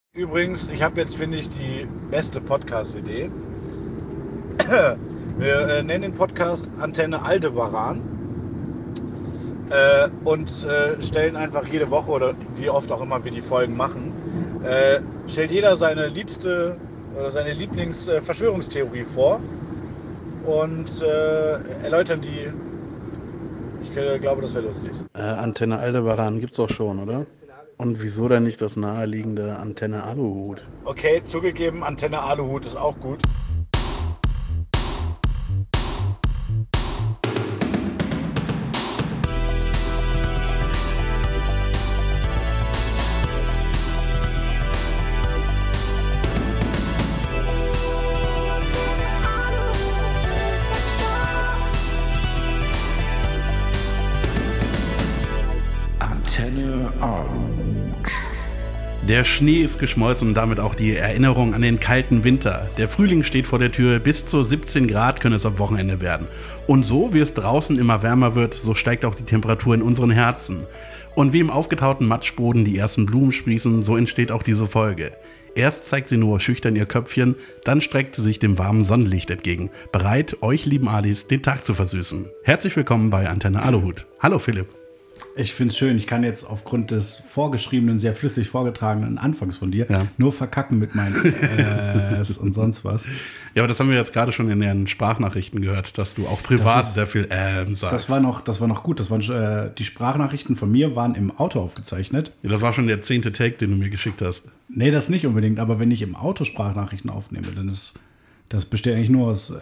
Übrigens, ich habe jetzt, finde ich, die beste Podcast-Idee. Wir nennen den Podcast Antenne Aldebaran und stellen einfach jede Woche oder wie oft auch immer wir die Folgen machen, stellt jeder seine liebste oder seine Lieblings-Verschwörungstheorie vor und erläutern die. Ich glaube, das wäre lustig. Antenne Aldebaran gibt's doch schon, oder? Und wieso denn nicht das naheliegende Antenne Aluhut? Okay, zugegeben, Antenne Aluhut ist auch gut. Antenne Aluhut. Der Schnee ist geschmolzen und damit auch die Erinnerung an den kalten Winter. Der Frühling steht vor der Tür, bis zu 17 Grad können es am Wochenende werden. Und so, wie es draußen immer wärmer wird, so steigt auch die Temperatur in unseren Herzen. Und wie im aufgetauten Matschboden die ersten Blumen sprießen, so entsteht auch diese Folge. Erst zeigt sie nur schüchtern ihr Köpfchen, dann streckt sie sich dem warmen Sonnenlicht entgegen, bereit, euch lieben Alis den Tag zu versüßen. Herzlich willkommen bei Antenne Aluhut. Hallo Philipp. Ich finde es schön, ich kann jetzt aufgrund des vorgeschriebenen, sehr flüssig vorgetragenen Anfangs von dir nur verkacken mit meinen und sonst was. Ja, aber das haben wir jetzt gerade schon in den Sprachnachrichten gehört, dass du auch privat sehr viel sagst. Das war noch gut. Das waren, die Sprachnachrichten von mir waren im Auto aufgezeichnet. Ja, das war schon der 10. Take, den du mir geschickt hast. Nee, das nicht unbedingt. Aber wenn ich im Auto Sprachnachrichten aufnehme, dann ist das besteht eigentlich nur aus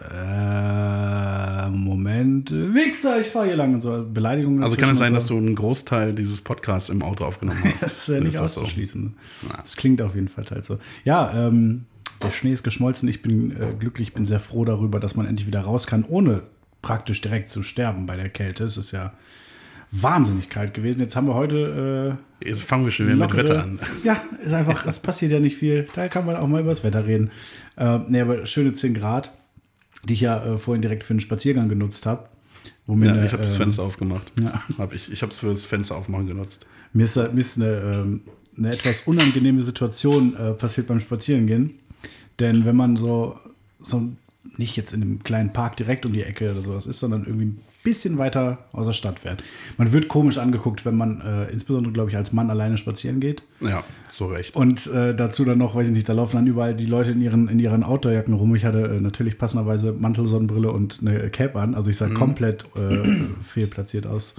Moment, Wichser, ich fahre hier lang und so Beleidigungen. Also kann es sein, dass du einen Großteil dieses Podcasts im Auto aufgenommen hast? Das ist ja nicht auszuschließen. So? Das klingt auf jeden Fall halt so. Ja, der Schnee ist geschmolzen. Ich bin glücklich, bin sehr froh darüber, dass man endlich wieder raus kann, ohne praktisch direkt zu sterben bei der Kälte. Es ist ja wahnsinnig kalt gewesen. Jetzt haben wir heute jetzt fangen wir schon wieder mit Wetter an. Ja, ist einfach, es passiert ja nicht viel. Da kann man auch mal über das Wetter reden. Aber schöne 10 Grad, die ich ja vorhin direkt für einen Spaziergang genutzt habe. Ja, ich habe das Fenster aufgemacht. Ja. Ich habe es für das Fenster aufmachen genutzt. Mir ist eine etwas unangenehme Situation passiert beim Spazierengehen. Denn wenn man so nicht jetzt in einem kleinen Park direkt um die Ecke oder sowas ist, sondern irgendwie ein bisschen weiter aus der Stadt fährt. Man wird komisch angeguckt, wenn man insbesondere, glaube ich, als Mann alleine spazieren geht. Ja, so recht. Und dazu dann noch, weiß ich nicht, da laufen dann überall die Leute in ihren Outdoorjacken rum. Ich hatte natürlich passenderweise Mantel, Sonnenbrille und eine Cape an. Also ich sah komplett fehlplatziert aus.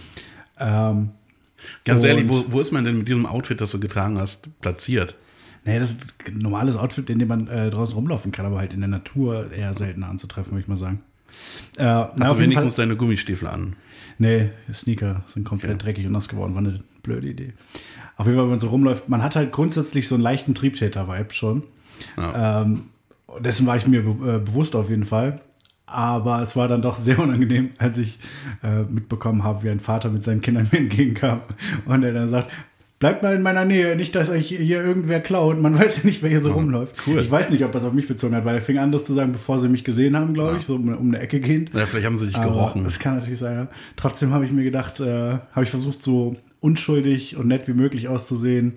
Ganz ehrlich, wo ist man denn mit diesem Outfit, das du getragen hast, platziert? Naja, das ist ein normales Outfit, in dem man draußen rumlaufen kann, aber halt in der Natur eher seltener anzutreffen, würde ich mal sagen. Hast du wenigstens deine Gummistiefel an? Nee, Sneaker sind komplett dreckig und nass geworden. War eine blöde Idee. Auf jeden Fall, wenn man so rumläuft, man hat halt grundsätzlich so einen leichten Triebtäter-Vibe schon. Ja. Dessen war ich mir bewusst auf jeden Fall. Aber es war dann doch sehr unangenehm, als ich mitbekommen habe, wie ein Vater mit seinen Kindern mir entgegenkam und er dann sagt: Bleibt mal in meiner Nähe, nicht, dass euch hier irgendwer klaut. Man weiß ja nicht, wer hier so rumläuft. Cool. Ich weiß nicht, ob das auf mich bezogen hat, weil er fing an, das zu sagen, bevor sie mich gesehen haben, glaube ich, so um eine Ecke gehend. Ja, vielleicht haben sie dich gerochen. Das kann natürlich sein, ja. Trotzdem habe ich mir gedacht, habe ich versucht, so unschuldig und nett wie möglich auszusehen.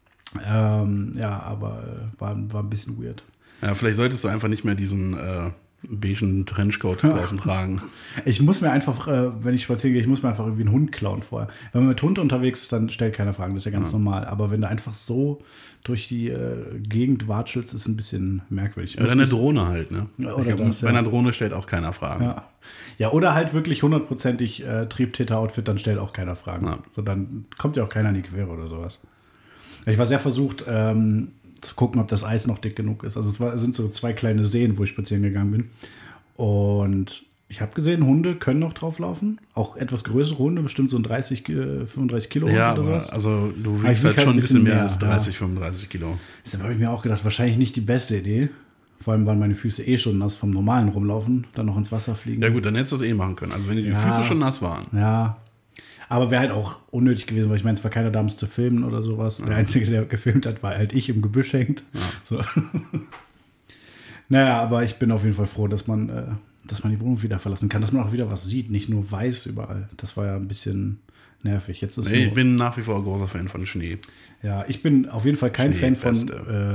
Aber war ein bisschen weird. Ja, vielleicht solltest du einfach nicht mehr diesen beigen Trenchcoat draußen tragen. Ich muss mir einfach, wenn ich spazieren gehe, irgendwie einen Hund klauen vorher. Wenn man mit Hund unterwegs ist, dann stellt keiner Fragen, das ist ja ganz normal. Aber wenn du einfach so durch die Gegend watschelst, ist es ein bisschen merkwürdig. Oder eine Drohne halt, ne? Oder bei einer Drohne stellt auch keiner Fragen. Ja, oder halt wirklich 100%ig Triebtäter-Outfit, dann stellt auch keiner Fragen. Ja. So, dann kommt ja auch keiner in die Quere oder sowas. Ich war sehr versucht, zu gucken, ob das Eis noch dick genug ist. Also es sind so 2 kleine Seen, wo ich spazieren gegangen bin. Und ich habe gesehen, Hunde können noch drauf laufen. Auch etwas größere Hunde, bestimmt so ein 35 Kilo oder sowas. Also du wiegst halt schon ein bisschen mehr als 35 Kilo. Das habe ich mir auch gedacht, wahrscheinlich nicht die beste Idee. Vor allem waren meine Füße schon nass vom normalen Rumlaufen, dann noch ins Wasser fliegen. Ja gut, dann hättest du das machen können. Also wenn die Füße schon nass waren. Ja, aber wäre halt auch unnötig gewesen, weil ich meine, es war keiner da, um es zu filmen oder sowas. Ja. Der Einzige, der gefilmt hat, war halt ich im Gebüsch hängt. Ja. So. Naja, aber ich bin auf jeden Fall froh, dass man dass man die Wohnung wieder verlassen kann, dass man auch wieder was sieht, nicht nur weiß überall. Das war ja ein bisschen nervig. Jetzt ist ich bin nach wie vor ein großer Fan von Schnee. Ja, ich bin auf jeden Fall kein Fan von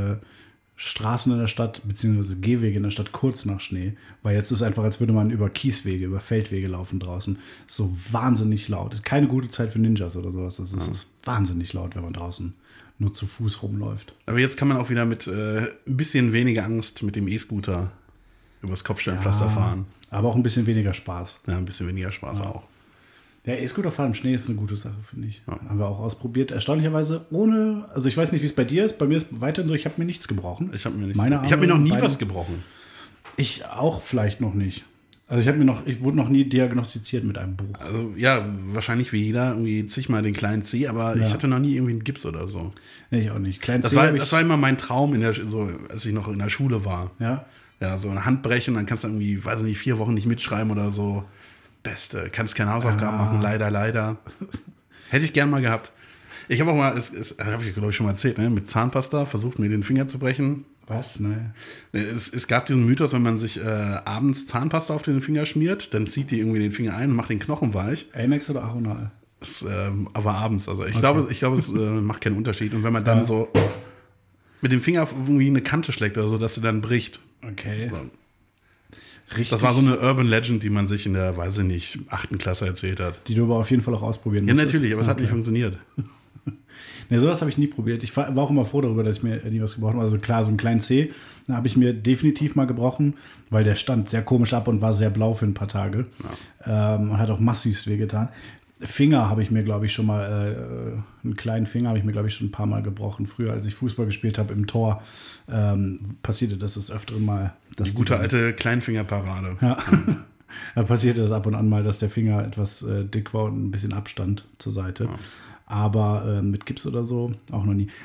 Straßen in der Stadt, beziehungsweise Gehwege in der Stadt kurz nach Schnee, weil jetzt ist es einfach, als würde man über Kieswege, über Feldwege laufen draußen. Ist so wahnsinnig laut. Ist keine gute Zeit für Ninjas oder sowas. Es ist wahnsinnig laut, wenn man draußen nur zu Fuß rumläuft. Aber jetzt kann man auch wieder mit ein bisschen weniger Angst mit dem E-Scooter übers Kopfsteinpflaster fahren. Aber auch ein bisschen weniger Spaß. Ja, ein bisschen weniger Spaß auch. Der E-Scooter-Fahren im Schnee ist eine gute Sache, finde ich. Ja. Haben wir auch ausprobiert. Erstaunlicherweise ohne, also ich weiß nicht, wie es bei dir ist. Bei mir ist weiterhin so, ich habe mir nichts gebrochen. Ich habe mir noch nie was gebrochen. Ich auch vielleicht noch nicht. Also ich wurde noch nie diagnostiziert mit einem Bruch. Also ja, wahrscheinlich wie jeder irgendwie zigmal den kleinen C, aber ich hatte noch nie irgendwie einen Gips oder so. Nee, ich auch nicht. Das war immer mein Traum, als ich noch in der Schule war. Ja? Ja, so eine Hand brechen, dann kannst du irgendwie, weiß ich nicht, 4 Wochen nicht mitschreiben oder so. Beste, kannst keine Hausaufgaben machen, leider. Hätte ich gern mal gehabt. Ich habe auch mal, habe ich glaube ich schon mal erzählt, ne, mit Zahnpasta versucht, mir den Finger zu brechen. Was? Ne? Es gab diesen Mythos, wenn man sich abends Zahnpasta auf den Finger schmiert, dann zieht die irgendwie den Finger ein und macht den Knochen weich. Amex oder Aronal? Aber abends, also ich glaube, es macht keinen Unterschied. Und wenn man dann so mit dem Finger auf irgendwie eine Kante schlägt oder so, dass sie dann bricht. Okay. So. Richtig. Das war so eine Urban Legend, die man sich in der, weiß ich nicht, 8. Klasse erzählt hat. Die du aber auf jeden Fall auch ausprobieren musstest. Ja, natürlich, aber es hat nicht funktioniert. Ne, sowas habe ich nie probiert. Ich war auch immer froh darüber, dass ich mir nie was gebrochen habe. Also klar, so einen kleinen C habe ich mir definitiv mal gebrochen, weil der stand sehr komisch ab und war sehr blau für ein paar Tage. Ja. Und hat auch massiv wehgetan. Finger habe ich mir, glaube ich, schon mal, einen kleinen Finger habe ich mir, glaube ich, schon ein paar Mal gebrochen. Früher, als ich Fußball gespielt habe im Tor, passierte das des Öfteren mal. Die gute alte Kleinfingerparade. Ja. Da passierte das ab und an mal, dass der Finger etwas dick war und ein bisschen Abstand zur Seite. Ja. Aber mit Gips oder so auch noch nie.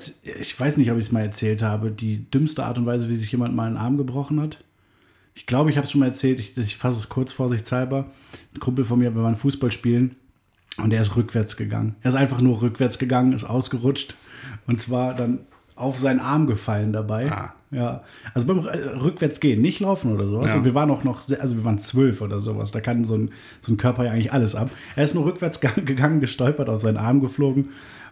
Ich weiß nicht, ob ich es mal erzählt habe, die dümmste Art und Weise, wie sich jemand mal einen Arm gebrochen hat. Ich glaube, ich habe es schon mal erzählt, ich fasse es kurz vorsichtshalber. Ein Kumpel von mir, wir waren Fußball spielen und er ist rückwärts gegangen. Er ist einfach nur rückwärts gegangen, ist ausgerutscht und zwar dann auf seinen Arm gefallen dabei. Ah. Ja, also beim Rückwärtsgehen, nicht laufen oder sowas. Ja. Und wir waren wir waren 12 oder sowas. Da kann so ein Körper ja eigentlich alles ab. Er ist nur rückwärts gegangen, gestolpert, auf seinen Arm geflogen.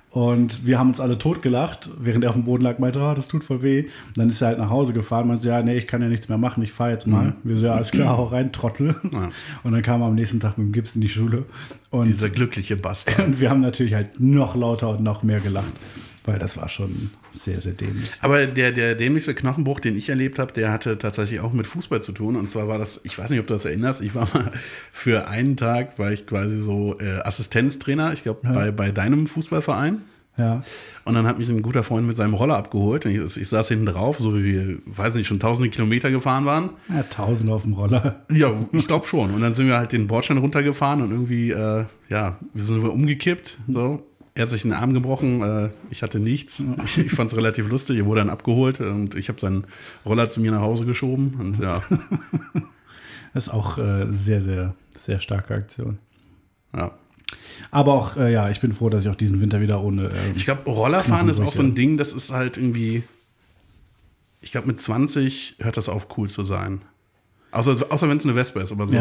Und wir haben uns alle totgelacht, während er auf dem Boden lag, meinte, das tut voll weh. Und dann ist er halt nach Hause gefahren, meinte, ja, nee, ich kann ja nichts mehr machen, ich fahre jetzt mal. Wir so, ja, alles klar, hau rein, Trottel. Ja. Und dann kam er am nächsten Tag mit dem Gips in die Schule. Und dieser glückliche Bastard. Und wir haben natürlich halt noch lauter und noch mehr gelacht, weil das war schon sehr, sehr dämlich. Aber der dämlichste Knochenbruch, den ich erlebt habe, der hatte tatsächlich auch mit Fußball zu tun. Und zwar war das, ich weiß nicht, ob du das erinnerst, ich war mal für einen Tag, war ich quasi so Assistenztrainer, ich glaube, bei deinem Fußballverein. Ja. Und dann hat mich ein guter Freund mit seinem Roller abgeholt. Ich saß hinten drauf, so wie wir, weiß nicht, schon tausende Kilometer gefahren waren. Ja, 1000 auf dem Roller. Ja, ich glaube schon. Und dann sind wir halt den Bordstein runtergefahren und irgendwie, wir sind umgekippt. So. Er hat sich den Arm gebrochen, ich hatte nichts. Ich fand es relativ lustig. Er wurde dann abgeholt und ich habe seinen Roller zu mir nach Hause geschoben. Und ja. Das ist auch sehr, sehr, sehr starke Aktion. Ja. Aber auch, ich bin froh, dass ich auch diesen Winter wieder ohne. Ich glaube, Rollerfahren ist auch so ein Ding, das ist halt irgendwie. Ich glaube, mit 20 hört das auf, cool zu sein. Außer wenn es eine Vespa ist, aber so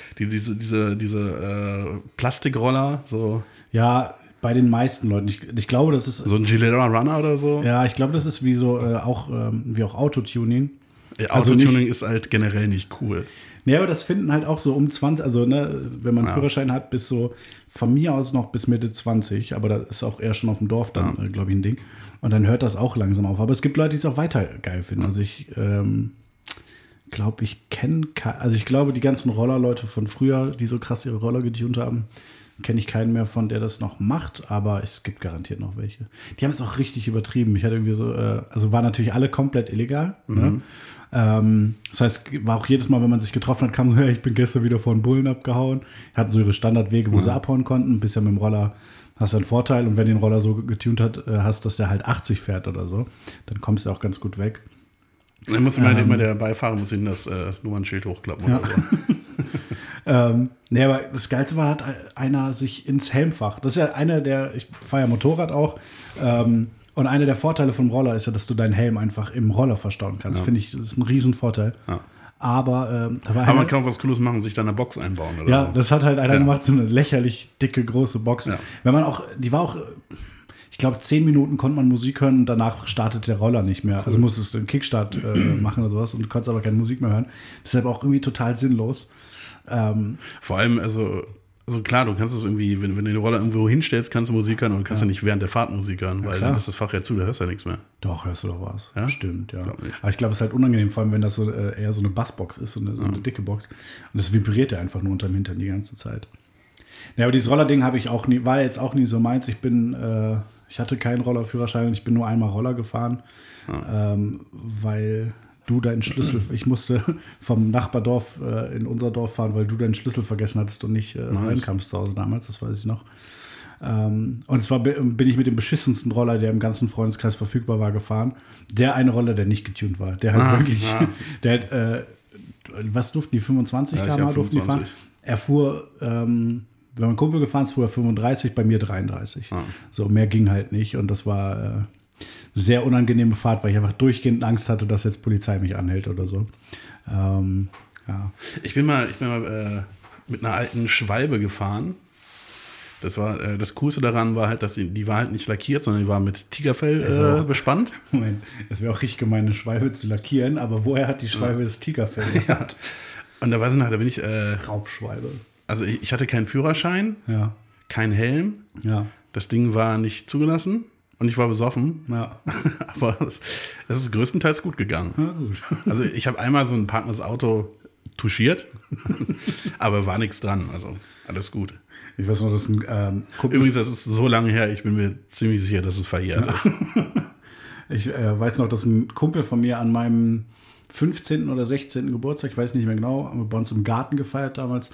diese Plastikroller, so. Ja, bei den meisten Leuten. Ich glaube, das ist. So ein Gilera Runner oder so? Ja, ich glaube, das ist wie so auch Autotuning. Autotuning ist halt generell nicht cool. Nee, aber das finden halt auch so um 20, also wenn man einen Führerschein hat, bis so von mir aus noch bis Mitte 20, aber da ist auch eher schon auf dem Dorf dann, glaube ich, ein Ding. Und dann hört das auch langsam auf. Aber es gibt Leute, die es auch weiter geil finden. Also ich glaube, ich glaube, die ganzen Rollerleute von früher, die so krass ihre Roller getunt haben, kenne ich keinen mehr von, der das noch macht, aber es gibt garantiert noch welche. Die haben es auch richtig übertrieben. Ich hatte irgendwie so, also waren natürlich alle komplett illegal. Ne? Das heißt, war auch jedes Mal, wenn man sich getroffen hat, kam so, ich bin gestern wieder vor den Bullen abgehauen. Hatten so ihre Standardwege, wo sie abhauen konnten. Bisher mit dem Roller hast du einen Vorteil. Und wenn den Roller so getunt hast, dass der halt 80 fährt oder so, dann kommst du auch ganz gut weg. Dann muss immer der Beifahrer muss ihnen das Nummernschild hochklappen oder so. Nee, aber das Geilste war, hat einer sich ins Helmfach. Das ist ja ich fahre ja Motorrad auch. Und einer der Vorteile vom Roller ist ja, dass du deinen Helm einfach im Roller verstauen kannst. Finde ich, das ist ein Riesenvorteil. Ja. Aber da war Aber man kann auch was Cooles machen, sich da eine Box einbauen, oder? Ja, das hat halt einer gemacht, so eine lächerlich dicke, große Box. Ja. Wenn man auch, die war auch, ich glaube, 10 Minuten konnte man Musik hören und danach startet der Roller nicht mehr. Also musstest du einen Kickstart machen oder sowas und du konntest aber keine Musik mehr hören. Deshalb auch irgendwie total sinnlos. Vor allem, also klar, du kannst es irgendwie, wenn du den Roller irgendwo hinstellst, kannst du Musik hören, und du kannst ja nicht während der Fahrt Musik hören, weil dann ist das Fach ja zu, da hörst du ja nichts mehr. Doch, hörst du doch was. Ja? Stimmt, ja. Glaub nicht. Aber ich glaube, es ist halt unangenehm, vor allem wenn das so eher so eine Bassbox ist, so eine dicke Box. Und das vibriert ja einfach nur unterm Hintern die ganze Zeit. Ja, aber dieses Rollerding habe ich auch nie, war jetzt auch nie so meins. Ich hatte keinen Rollerführerschein und ich bin nur einmal Roller gefahren, weil du deinen Schlüssel, ich musste vom Nachbardorf in unser Dorf fahren, weil du deinen Schlüssel vergessen hattest und nicht reinkamst zu Hause damals, das weiß ich noch. Und zwar bin ich mit dem beschissensten Roller, der im ganzen Freundeskreis verfügbar war, gefahren. Der eine Roller, der nicht getunt war. Der halt wirklich, der hat, was durften die, 25 km/h durften die fahren? Er fuhr, wenn mein Kumpel gefahren ist, fuhr er 35, bei mir 33. So, mehr ging halt nicht und das war eine sehr unangenehme Fahrt, weil ich einfach durchgehend Angst hatte, dass jetzt Polizei mich anhält oder so. Ja. Ich bin mal mit einer alten Schwalbe gefahren. Das war das Coolste daran war halt, dass die war halt nicht lackiert, sondern die war mit Tigerfell bespannt. Moment, es wäre auch richtig gemein, eine Schwalbe zu lackieren, aber woher hat die Schwalbe das Tigerfell gehabt? Und da weiß ich noch, da bin ich Raubschwalbe. Also ich hatte keinen Führerschein, keinen Helm. Ja. Das Ding war nicht zugelassen und ich war besoffen. Ja. Aber es ist größtenteils gut gegangen. Ja, gut. Also ich habe einmal so ein Partners Auto touchiert, aber war nichts dran. Also alles gut. Ich weiß noch, dass ein Kumpel. Übrigens, das ist so lange her, ich bin mir ziemlich sicher, dass es verjährt ist. Ich weiß noch, dass ein Kumpel von mir an meinem 15. oder 16. Geburtstag, ich weiß nicht mehr genau, haben wir bei uns im Garten gefeiert damals.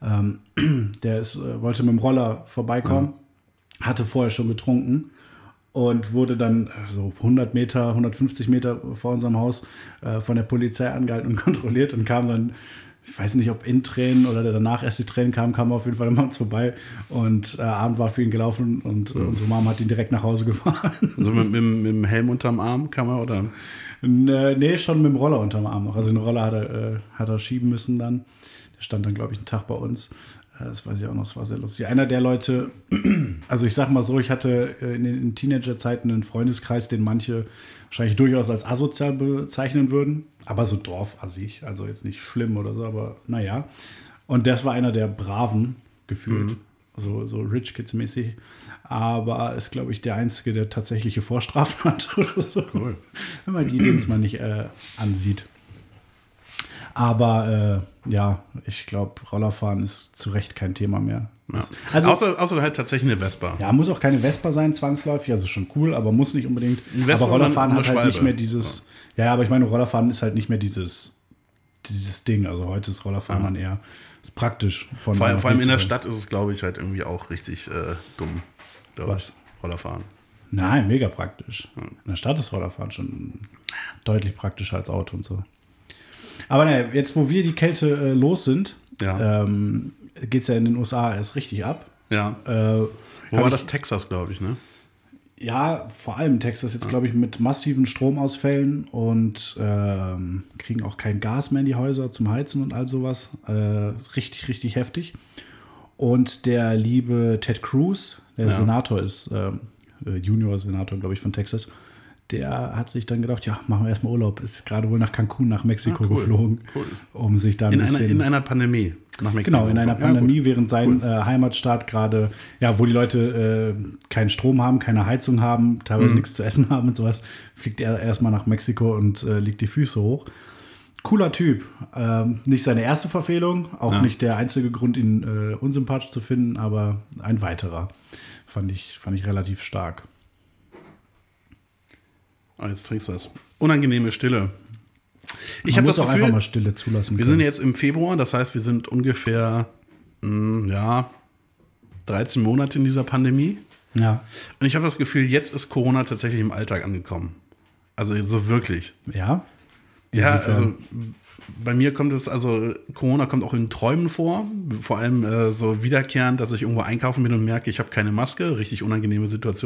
Der wollte mit dem Roller vorbeikommen, hatte vorher schon getrunken und wurde dann so 100 Meter, 150 Meter vor unserem Haus von der Polizei angehalten und kontrolliert und kam dann, ich weiß nicht, ob in Tränen oder danach erst die Tränen kam er auf jeden Fall an uns vorbei und Abend war für ihn gelaufen und unsere Mom hat ihn direkt nach Hause gefahren. Also mit dem Helm unterm Arm kam er, oder? Nee, schon mit dem Roller unterm Arm noch. Also den Roller hat er schieben müssen dann. Der stand dann, glaube ich, einen Tag bei uns. Das weiß ich auch noch, das war sehr lustig. Einer der Leute, also ich sag mal so, ich hatte in den Teenagerzeiten einen Freundeskreis, den manche wahrscheinlich durchaus als asozial bezeichnen würden, aber so dorfassig, also jetzt nicht schlimm oder so, aber naja. Und das war einer der Braven gefühlt, so Rich Kids mäßig, aber ist, glaube ich, der Einzige, der tatsächliche Vorstrafen hat oder so. Cool. Wenn man die Dings mal nicht ansieht. Aber ja, ich glaube, Rollerfahren ist zu Recht kein Thema mehr. Ja. Also, außer halt tatsächlich eine Vespa. Ja, muss auch keine Vespa sein, zwangsläufig, also schon cool, aber muss nicht unbedingt. Aber Rollerfahren hat halt nicht mehr dieses. Ja, aber ich meine, Rollerfahren ist halt nicht mehr dieses Ding. Also heute ist Rollerfahren dann eher ist praktisch. Vor allem in der Stadt ist es, glaube ich, halt irgendwie auch richtig dumm. Was? Rollerfahren. Nein, mega praktisch. In der Stadt ist Rollerfahren schon deutlich praktischer als Auto und so. Aber naja, jetzt, wo wir die Kälte los sind, geht es ja in den USA erst richtig ab. Ja. Wo war das? Texas, glaube ich, ne? Ja, vor allem Texas jetzt, glaube ich, mit massiven Stromausfällen und kriegen auch kein Gas mehr in die Häuser zum Heizen und all sowas. Richtig, richtig heftig. Und der liebe Ted Cruz, der Senator ist, Junior-Senator, glaube ich, von Texas, der hat sich dann gedacht, ja, machen wir erstmal Urlaub. Ist gerade wohl nach Cancun, nach Mexiko geflogen, um sich da ein bisschen... In einer Pandemie nach Mexiko. Genau, in einer Pandemie, während sein Heimatstaat gerade, wo die Leute keinen Strom haben, keine Heizung haben, teilweise nichts zu essen haben und sowas, fliegt er erstmal nach Mexiko und legt die Füße hoch. Cooler Typ. Nicht seine erste Verfehlung, auch nicht der einzige Grund, ihn unsympathisch zu finden, aber ein weiterer. Fand ich relativ stark. Oh, jetzt trinkst du das. Unangenehme Stille. Ich habe das Gefühl, einfach mal Stille zulassen. Wir sind jetzt im Februar, das heißt, wir sind ungefähr 13 Monate in dieser Pandemie. Ja. Und ich habe das Gefühl, jetzt ist Corona tatsächlich im Alltag angekommen. Also so wirklich. Ja? Ja, also bei mir kommt es, also Corona kommt auch in Träumen vor. Vor allem so wiederkehrend, dass ich irgendwo einkaufen bin und merke, ich habe keine Maske. Richtig unangenehme Situation.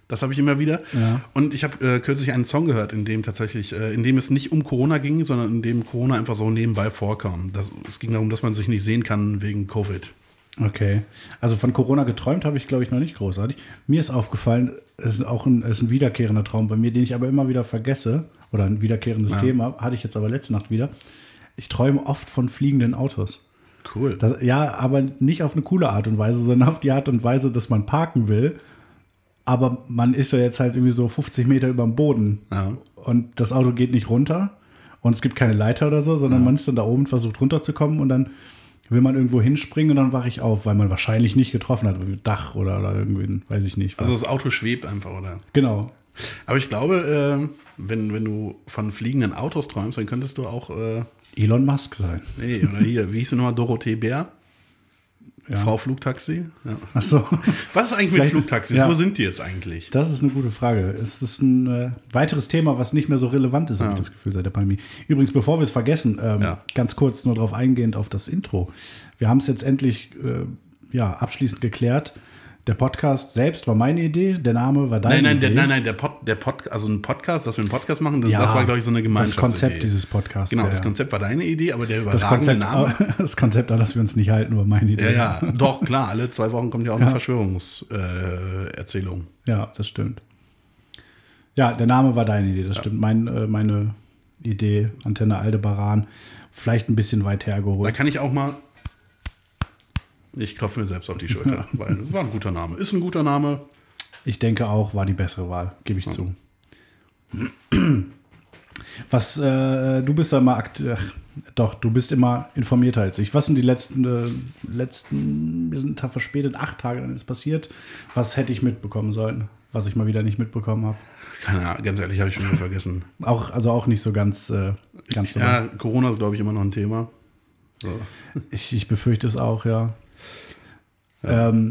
Das habe ich immer wieder. Ja. Und ich habe kürzlich einen Song gehört, in dem es nicht um Corona ging, sondern in dem Corona einfach so nebenbei vorkam. Es ging darum, dass man sich nicht sehen kann wegen Covid. Okay. Also von Corona geträumt habe ich, glaube ich, noch nicht großartig. Mir ist aufgefallen, es ist ein wiederkehrender Traum bei mir, den ich aber immer wieder vergesse. Oder ein wiederkehrendes Thema, hatte ich jetzt aber letzte Nacht wieder. Ich träume oft von fliegenden Autos. Cool. Aber nicht auf eine coole Art und Weise, sondern auf die Art und Weise, dass man parken will. Aber man ist ja jetzt halt irgendwie so 50 Meter über dem Boden. Ja. Und das Auto geht nicht runter. Und es gibt keine Leiter oder so, sondern man ist dann da oben, versucht runterzukommen. Und dann will man irgendwo hinspringen und dann wache ich auf, weil man wahrscheinlich nicht getroffen hat. Dach oder irgendwie, weiß ich nicht. Also das Auto schwebt einfach, oder? Genau. Aber ich glaube, wenn du von fliegenden Autos träumst, dann könntest du auch Elon Musk sein. Nee, oder hier, wie hieß sie nochmal? Dorothee Bär? Ja. Frau Flugtaxi? Ja. Ach so. Was ist eigentlich mit Flugtaxis? Ja. Wo sind die jetzt eigentlich? Das ist eine gute Frage. Es ist ein weiteres Thema, was nicht mehr so relevant ist, habe ich das Gefühl, seit der Pandemie. Übrigens, bevor wir es vergessen, ganz kurz nur darauf eingehend auf das Intro. Wir haben es jetzt endlich abschließend geklärt. Der Podcast selbst war meine Idee, der Name war deine Idee. Nein, der Podcast, also ein Podcast, dass wir einen Podcast machen, das war, glaube ich, so eine Gemeinschaftsidee. Das Konzept dieses Podcasts. Genau, das Konzept war deine Idee, aber der überragende Name. Das Konzept, an das wir uns nicht halten, war meine Idee. Ja, doch, klar, alle 2 Wochen kommt ja auch eine Verschwörungserzählung. Ja, das stimmt. Ja, der Name war deine Idee, das stimmt. Meine Idee, Antenne Aldebaran, vielleicht ein bisschen weit hergeholt. Da kann ich auch mal... Ich klopfe mir selbst auf die Schulter, weil es war ein guter Name. Ist ein guter Name. Ich denke auch, war die bessere Wahl, gebe ich zu. Du bist ja mal du bist immer informierter als ich. Was sind die letzten, wir sind einen Tag verspätet, 8 Tage, dann ist passiert. Was hätte ich mitbekommen sollen, was ich mal wieder nicht mitbekommen habe? Keine Ahnung, ganz ehrlich, habe ich schon wieder vergessen. Auch nicht so ganz. Corona ist, glaube ich, immer noch ein Thema. So. Ich befürchte es auch, ja. Ich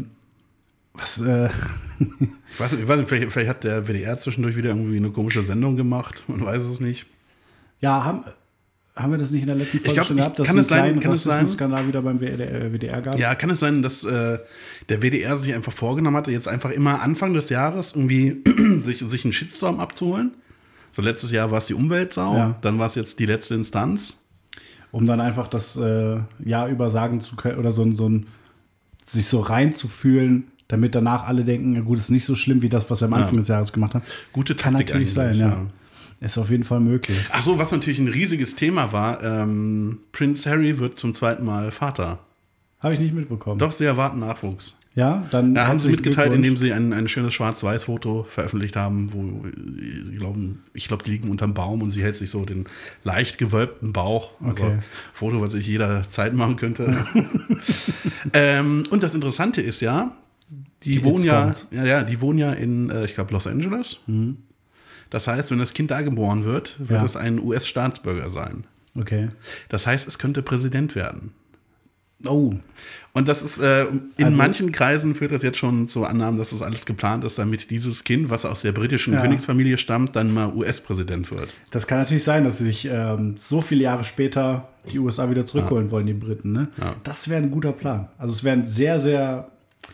weiß nicht, vielleicht hat der WDR zwischendurch wieder irgendwie eine komische Sendung gemacht. Man weiß es nicht. Ja, haben wir das nicht in der letzten Folge schon gehabt, dass es einen kleinen Rassismus-Skandal wieder beim WDR gab? Ja, kann es sein, dass der WDR sich einfach vorgenommen hatte, jetzt einfach immer Anfang des Jahres irgendwie sich einen Shitstorm abzuholen? So, letztes Jahr war es die Umweltsau, dann war es jetzt die letzte Instanz. Um dann einfach das Jahr über sagen zu können oder sich so reinzufühlen, damit danach alle denken, ja gut, ist nicht so schlimm wie das, was wir am Anfang des Jahres gemacht haben. Gute Kann Taktik natürlich sein, ja. Ist auf jeden Fall möglich. Ach so, was natürlich ein riesiges Thema war, Prince Harry wird zum 2. Mal Vater. Habe ich nicht mitbekommen. Doch, sie erwarten Nachwuchs. Ja, dann haben sie mitgeteilt, indem sie ein schönes Schwarz-Weiß-Foto veröffentlicht haben, wo ich glaube, die liegen unterm Baum und sie hält sich so den leicht gewölbten Bauch. Also okay. Foto, was ich jederzeit machen könnte. Und das Interessante ist die wohnen ja in, ich glaube, Los Angeles. Mhm. Das heißt, wenn das Kind da geboren wird es ein US-Staatsbürger sein. Okay. Das heißt, es könnte Präsident werden. Oh. Und das ist, manchen Kreisen führt das jetzt schon zu Annahmen, dass das alles geplant ist, damit dieses Kind, was aus der britischen Königsfamilie stammt, dann mal US-Präsident wird. Das kann natürlich sein, dass sich so viele Jahre später die USA wieder zurückholen wollen, die Briten. Ne? Ja. Das wäre ein guter Plan. Also es wäre ein sehr, sehr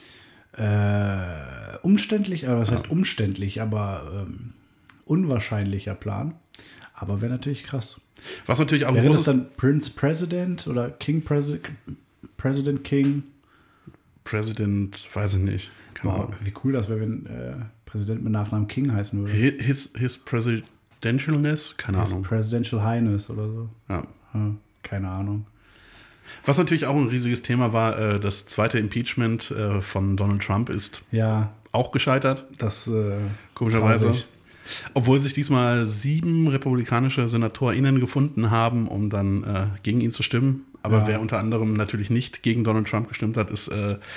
umständlich, aber was heißt umständlich, aber unwahrscheinlicher Plan. Aber wäre natürlich krass. Was natürlich auch wäre das dann Prince President oder King President King? President, weiß ich nicht. Wow, wie cool das wäre, wenn Präsident mit Nachnamen King heißen würde. His Presidentialness? Keine Ahnung. His Presidential Highness oder so. Ja. Keine Ahnung. Was natürlich auch ein riesiges Thema war, das zweite Impeachment von Donald Trump ist auch gescheitert. Das komischerweise. Traurig. Obwohl sich diesmal 7 republikanische SenatorInnen gefunden haben, um dann gegen ihn zu stimmen. Aber wer unter anderem natürlich nicht gegen Donald Trump gestimmt hat, ist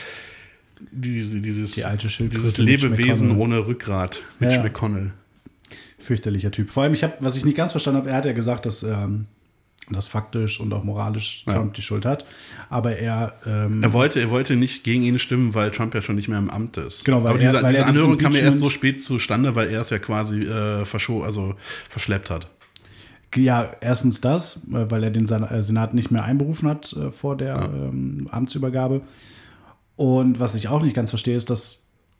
dieses Lebewesen ohne Rückgrat, Mitch McConnell. Fürchterlicher Typ. Vor allem, was ich nicht ganz verstanden habe, er hat ja gesagt, dass faktisch und auch moralisch Trump die Schuld hat. Aber er wollte nicht gegen ihn stimmen, weil Trump ja schon nicht mehr im Amt ist. Genau, aber diese Anhörung kam ja erst so spät zustande, weil er es ja quasi verschleppt hat. Ja, erstens das, weil er den Senat nicht mehr einberufen hat vor der Amtsübergabe. Und was ich auch nicht ganz verstehe, ist, dass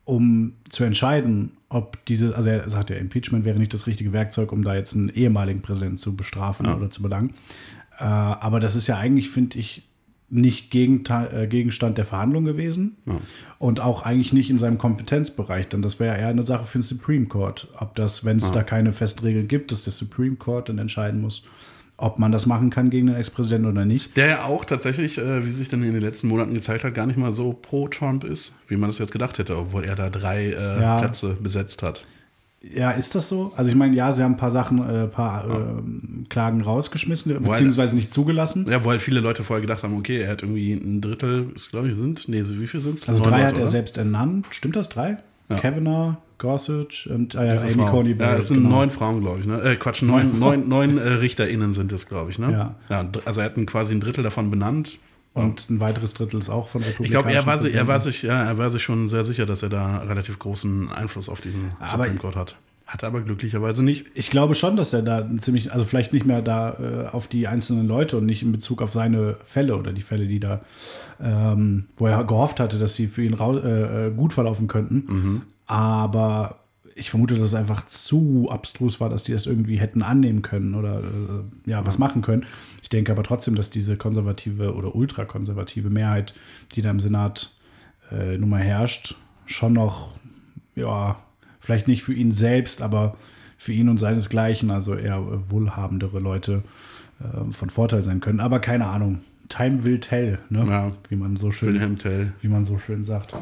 um zu entscheiden, ob also er sagt ja, Impeachment wäre nicht das richtige Werkzeug, um da jetzt einen ehemaligen Präsidenten zu bestrafen oder zu belangen. Aber das ist ja eigentlich, finde ich, nicht Gegenstand der Verhandlung gewesen und auch eigentlich nicht in seinem Kompetenzbereich, denn das wäre eher eine Sache für den Supreme Court. Ob das, wenn es da keine Festregeln gibt, dass der Supreme Court dann entscheiden muss, ob man das machen kann gegen den Ex-Präsidenten oder nicht. Der ja auch tatsächlich, wie sich dann in den letzten Monaten gezeigt hat, gar nicht mal so pro Trump ist, wie man das jetzt gedacht hätte, obwohl er da 3 Plätze besetzt hat. Ja, ist das so? Also ich meine, ja, sie haben ein paar Sachen, Klagen rausgeschmissen, beziehungsweise nicht zugelassen. Ja, wo halt viele Leute vorher gedacht haben, okay, er hat irgendwie ein Drittel, glaube ich, wie viel sind es? Also 3 hat er selbst ernannt. Stimmt das, 3? Ja. Kavanaugh, Gorsuch und Amy Coney Barrett. Ja, es sind 9 Frauen, glaube ich. Ne? Quatsch, 9 RichterInnen sind es, glaube ich. Ne? Ja. Also er hat quasi ein Drittel davon benannt. Und ein weiteres Drittel ist auch von Republikanischen. Ich glaube, er war sich schon sehr sicher, dass er da relativ großen Einfluss auf diesen Supreme Court hat. Hat er aber glücklicherweise nicht. Ich glaube schon, dass er da ziemlich, also vielleicht nicht mehr da auf die einzelnen Leute und nicht in Bezug auf seine Fälle oder die Fälle, die da, wo er gehofft hatte, dass sie für ihn gut verlaufen könnten. Aber ich vermute, dass es einfach zu abstrus war, dass die das irgendwie hätten annehmen können oder was machen können. Ich denke aber trotzdem, dass diese konservative oder ultrakonservative Mehrheit, die da im Senat nun mal herrscht, schon noch, vielleicht nicht für ihn selbst, aber für ihn und seinesgleichen, also eher wohlhabendere Leute von Vorteil sein können. Aber keine Ahnung. Time will tell, ne? Ja, wie man so schön sagt.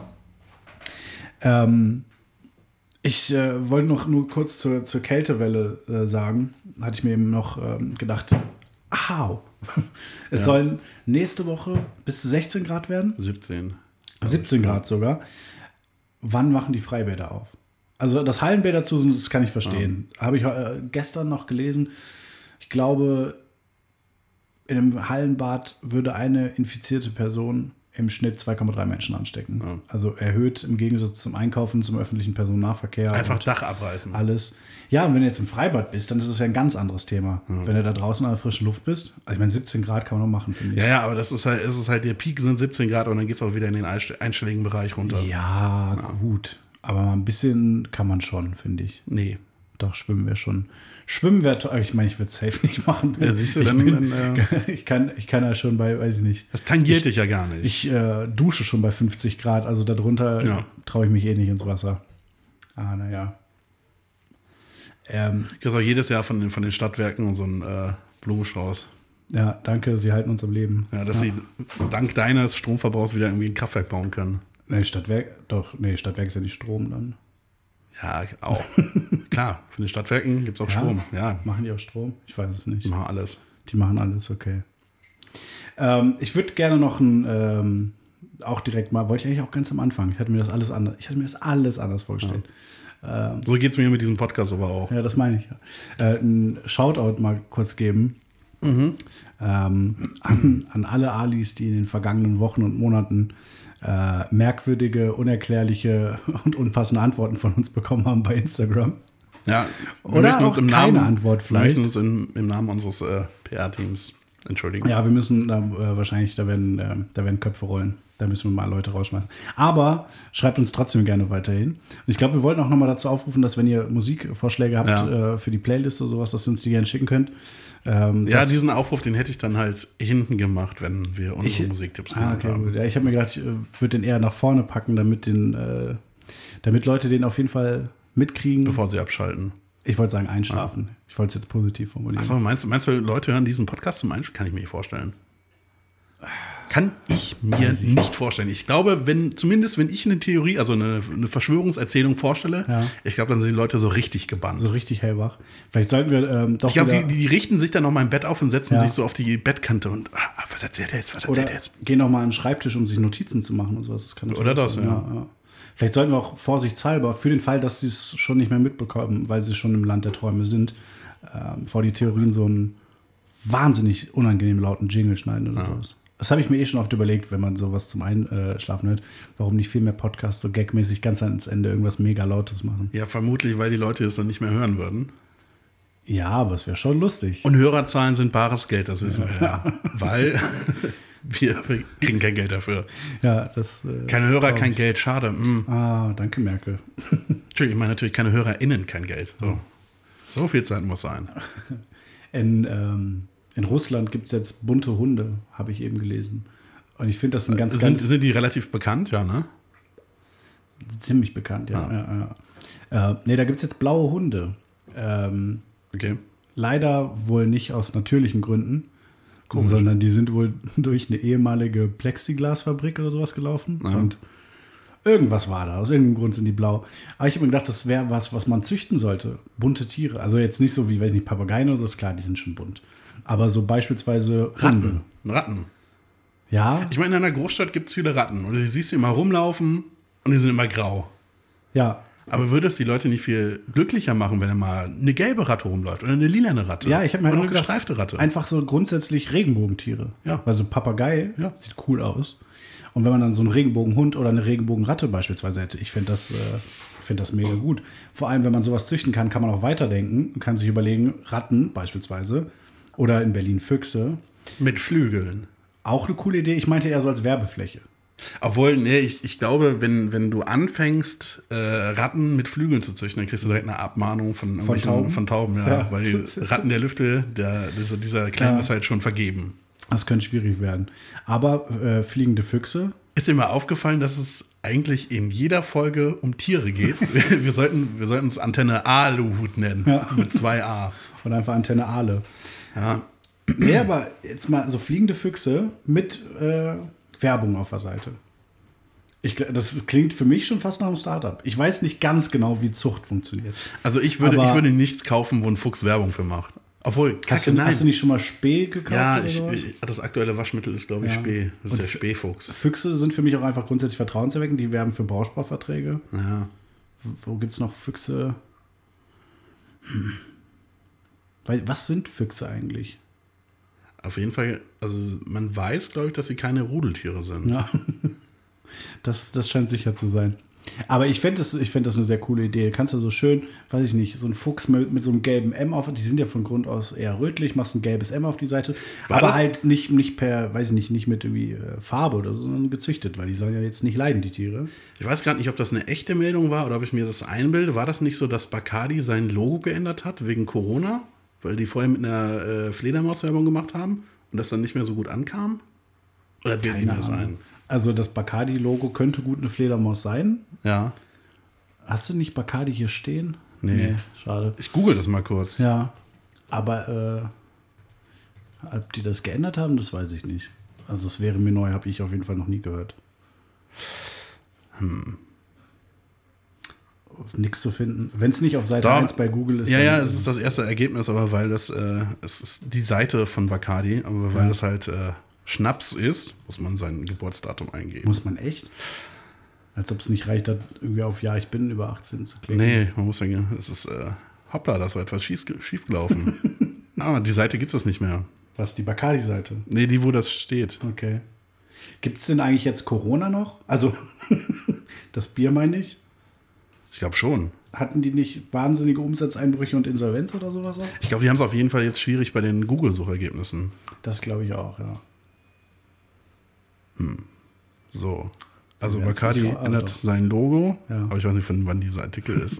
Ich wollte noch nur kurz zur Kältewelle sagen. Hatte ich mir eben noch gedacht, es sollen nächste Woche bis zu 16 Grad werden. 17 Grad sogar. Wann machen die Freibäder auf? Also, dass Hallenbäder zu sind, das kann ich verstehen. Habe ich gestern noch gelesen. Ich glaube, in einem Hallenbad würde eine infizierte Person im Schnitt 2,3 Menschen anstecken. Ja. Also erhöht im Gegensatz zum Einkaufen, zum öffentlichen Personennahverkehr. Einfach Dach abreißen. Alles. Ja, und wenn du jetzt im Freibad bist, dann ist es ja ein ganz anderes Thema. Ja. Wenn du da draußen an der frischen Luft bist. Also ich meine, 17 Grad kann man noch machen, finde ich. Ja, aber es ist halt, der Peak sind 17 Grad und dann geht es auch wieder in den einstelligen Bereich runter. Ja, gut. Aber mal ein bisschen kann man schon, finde ich. Nee. Doch, schwimmen wäre schon. Schwimmen wäre toll. Ich meine, ich würde es safe nicht machen. Ja, siehst du, ich kann ja schon bei, weiß ich nicht. Das tangiert dich ja gar nicht. Ich dusche schon bei 50 Grad, also darunter traue ich mich eh nicht ins Wasser. Naja. Ich kriege auch jedes Jahr von den Stadtwerken so einen Blumenstrauß. Ja, danke, sie halten uns am Leben. Ja, dass sie dank deines Stromverbrauchs wieder irgendwie ein Kraftwerk bauen können. Stadtwerk ist ja nicht Strom dann. Ja, auch. Klar, von den Stadtwerken gibt es auch Strom. Ja. Machen die auch Strom? Ich weiß es nicht. Die machen alles. Die machen alles, okay. Ich würde gerne noch auch direkt mal, wollte ich eigentlich auch ganz am Anfang. Ich hatte mir das alles anders vorgestellt. Ja. So geht es mir mit diesem Podcast aber auch. Ja, das meine ich. Ein Shoutout mal kurz geben an alle Alis, die in den vergangenen Wochen und Monaten merkwürdige, unerklärliche und unpassende Antworten von uns bekommen haben bei Instagram. Ja, oder auch keine Antwort vielleicht. Wir möchten uns im Namen unseres PR-Teams entschuldigen. Ja, wir müssen wahrscheinlich, da werden Köpfe rollen. Da müssen wir mal Leute rausschmeißen. Aber schreibt uns trotzdem gerne weiterhin. Und ich glaube, wir wollten auch nochmal dazu aufrufen, dass wenn ihr Musikvorschläge habt für die Playlist oder sowas, dass ihr uns die gerne schicken könnt. Diesen Aufruf, den hätte ich dann halt hinten gemacht, wenn wir unsere Musiktipps gemacht haben. Gut. Ja, ich habe mir gedacht, ich würde den eher nach vorne packen, damit Leute den auf jeden Fall mitkriegen. Bevor sie abschalten. Ich wollte sagen einschlafen. Ja. Ich wollte es jetzt positiv formulieren. Achso, meinst du, Leute hören diesen Podcast zum Einschlafen? Kann ich mir nicht vorstellen. Kann ich mir nicht vorstellen. Ich glaube, wenn ich eine Theorie, also eine Verschwörungserzählung vorstelle, ich glaube, dann sind die Leute so richtig gebannt. So richtig hellwach. Vielleicht sollten wir doch ich glaube, die richten sich dann noch mal im Bett auf und setzen sich so auf die Bettkante und was erzählt er jetzt? Gehen noch mal an den Schreibtisch, um sich Notizen zu machen und sowas. Das kann oder das, sein. Ja. Vielleicht sollten wir auch vorsichtshalber, für den Fall, dass sie es schon nicht mehr mitbekommen, weil sie schon im Land der Träume sind, vor die Theorien so einen wahnsinnig unangenehm lauten Jingle schneiden oder sowas. Das habe ich mir schon oft überlegt, wenn man sowas zum Einschlafen hört, warum nicht viel mehr Podcasts so gagmäßig ganz ans Ende irgendwas mega Lautes machen. Ja, vermutlich, weil die Leute es dann nicht mehr hören würden. Ja, aber es wäre schon lustig. Und Hörerzahlen sind bares Geld, das wissen wir ja. Weil Wir kriegen kein Geld dafür. Ja, das. Keine Hörer, kein Geld, schade. Danke, Merkel. Entschuldigung, ich meine natürlich keine HörerInnen, kein Geld. So viel Zeit muss sein. In Russland gibt es jetzt bunte Hunde, habe ich eben gelesen. Und ich finde das ein ganz... Sind die relativ bekannt, ja, ne? Ziemlich bekannt, ja. Nee, da gibt es jetzt blaue Hunde. Okay. Leider wohl nicht aus natürlichen Gründen, sondern die sind wohl durch eine ehemalige Plexiglasfabrik oder sowas gelaufen. Ja. Und irgendwas war da. Aus irgendeinem Grund sind die blau. Aber ich habe mir gedacht, das wäre was man züchten sollte. Bunte Tiere. Also jetzt nicht so wie, weiß nicht, Papageien oder so, ist klar, die sind schon bunt. Aber so beispielsweise Ratten. Ja. Ich meine, in einer Großstadt gibt es viele Ratten. Und du siehst sie immer rumlaufen und die sind immer grau. Ja. Aber würde es die Leute nicht viel glücklicher machen, wenn da mal eine gelbe Ratte rumläuft oder eine lilane Ratte? Ja, ich habe mir oder auch eine gedacht, gestreifte Ratte. Einfach so grundsätzlich Regenbogentiere. Ja. Also Papagei sieht cool aus. Und wenn man dann so einen Regenbogenhund oder eine Regenbogenratte beispielsweise hätte, ich finde das mega gut. Vor allem, wenn man sowas züchten kann, kann man auch weiterdenken und kann sich überlegen, Ratten beispielsweise oder in Berlin Füchse. Mit Flügeln. Auch eine coole Idee. Ich meinte eher so als Werbefläche. Obwohl, nee, ich glaube, wenn du anfängst, Ratten mit Flügeln zu züchten, dann kriegst du direkt eine Abmahnung von Tauben, ja. Weil die Ratten der Lüfte, dieser Claim ist halt schon vergeben. Das könnte schwierig werden. Aber fliegende Füchse. Ist dir mal aufgefallen, dass es eigentlich in jeder Folge um Tiere geht? wir sollten uns Antenne Aluhut nennen, mit 2 A. Oder einfach Antenne Aale. Ja. Nee, aber jetzt mal so fliegende Füchse mit Werbung auf der Seite. Das klingt für mich schon fast nach einem Startup. Ich weiß nicht ganz genau, wie Zucht funktioniert. Also ich würde nichts kaufen, wo ein Fuchs Werbung für macht. Obwohl, hast du nicht schon mal Spee gekauft? Ja, das aktuelle Waschmittel ist, glaube ich, Spee. Das ist der Spähfuchs. Füchse sind für mich auch einfach grundsätzlich vertrauenserweckend. Die werben für Bausparverträge. Ja. Wo gibt es noch Füchse? Was sind Füchse eigentlich? Auf jeden Fall, also man weiß, glaube ich, dass sie keine Rudeltiere sind. Ja, das scheint sicher zu sein. Aber ich fände das eine sehr coole Idee. Du kannst ja so schön, weiß ich nicht, so einen Fuchs mit so einem gelben M auf, die sind ja von Grund aus eher rötlich, machst ein gelbes M auf die Seite, aber halt nicht per, weiß ich nicht mit irgendwie Farbe oder so, sondern gezüchtet, weil die sollen ja jetzt nicht leiden, die Tiere. Ich weiß gerade nicht, ob das eine echte Meldung war oder ob ich mir das einbilde. War das nicht so, dass Bacardi sein Logo geändert hat wegen Corona? Weil die vorher mit einer Fledermaus-Werbung gemacht haben und das dann nicht mehr so gut ankam? Oder bilden die das ein? Also das Bacardi-Logo könnte gut eine Fledermaus sein. Ja. Hast du nicht Bacardi hier stehen? Nee, schade. Ich google das mal kurz. Ja, aber ob die das geändert haben, das weiß ich nicht. Also es wäre mir neu, habe ich auf jeden Fall noch nie gehört. Nichts zu finden. Wenn es nicht auf Seite 1 bei Google ist. Ja, es ist das erste Ergebnis, aber weil es ist die Seite von Bacardi, aber weil das halt Schnaps ist, muss man sein Geburtsdatum eingeben. Muss man echt? Als ob es nicht reicht, da irgendwie auf Ja, ich bin über 18 zu klicken. Nee, man muss sagen, es ist hoppla, das war etwas schief gelaufen. Aber die Seite gibt es nicht mehr. Was, die Bacardi-Seite? Nee, die, wo das steht. Okay. Gibt es denn eigentlich jetzt Corona noch? Also, das Bier meine ich. Ich glaube schon. Hatten die nicht wahnsinnige Umsatzeinbrüche und Insolvenz oder sowas auch? Ich glaube, die haben es auf jeden Fall jetzt schwierig bei den Google-Suchergebnissen. Das glaube ich auch, ja. So. Also Bacardi ändert sein Logo, aber ich weiß nicht, von wann dieser Artikel ist.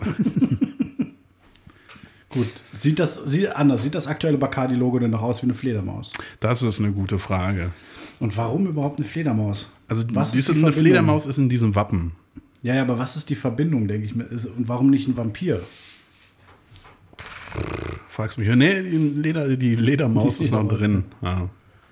Gut. Sieht das aktuelle Bacardi-Logo denn noch aus wie eine Fledermaus? Das ist eine gute Frage. Und warum überhaupt eine Fledermaus? Also eine Fledermaus ist in diesem Wappen. Ja, aber was ist die Verbindung, denke ich mir? Und warum nicht ein Vampir? Fragst mich. Nee, die Ledermaus ist noch drin. Ja.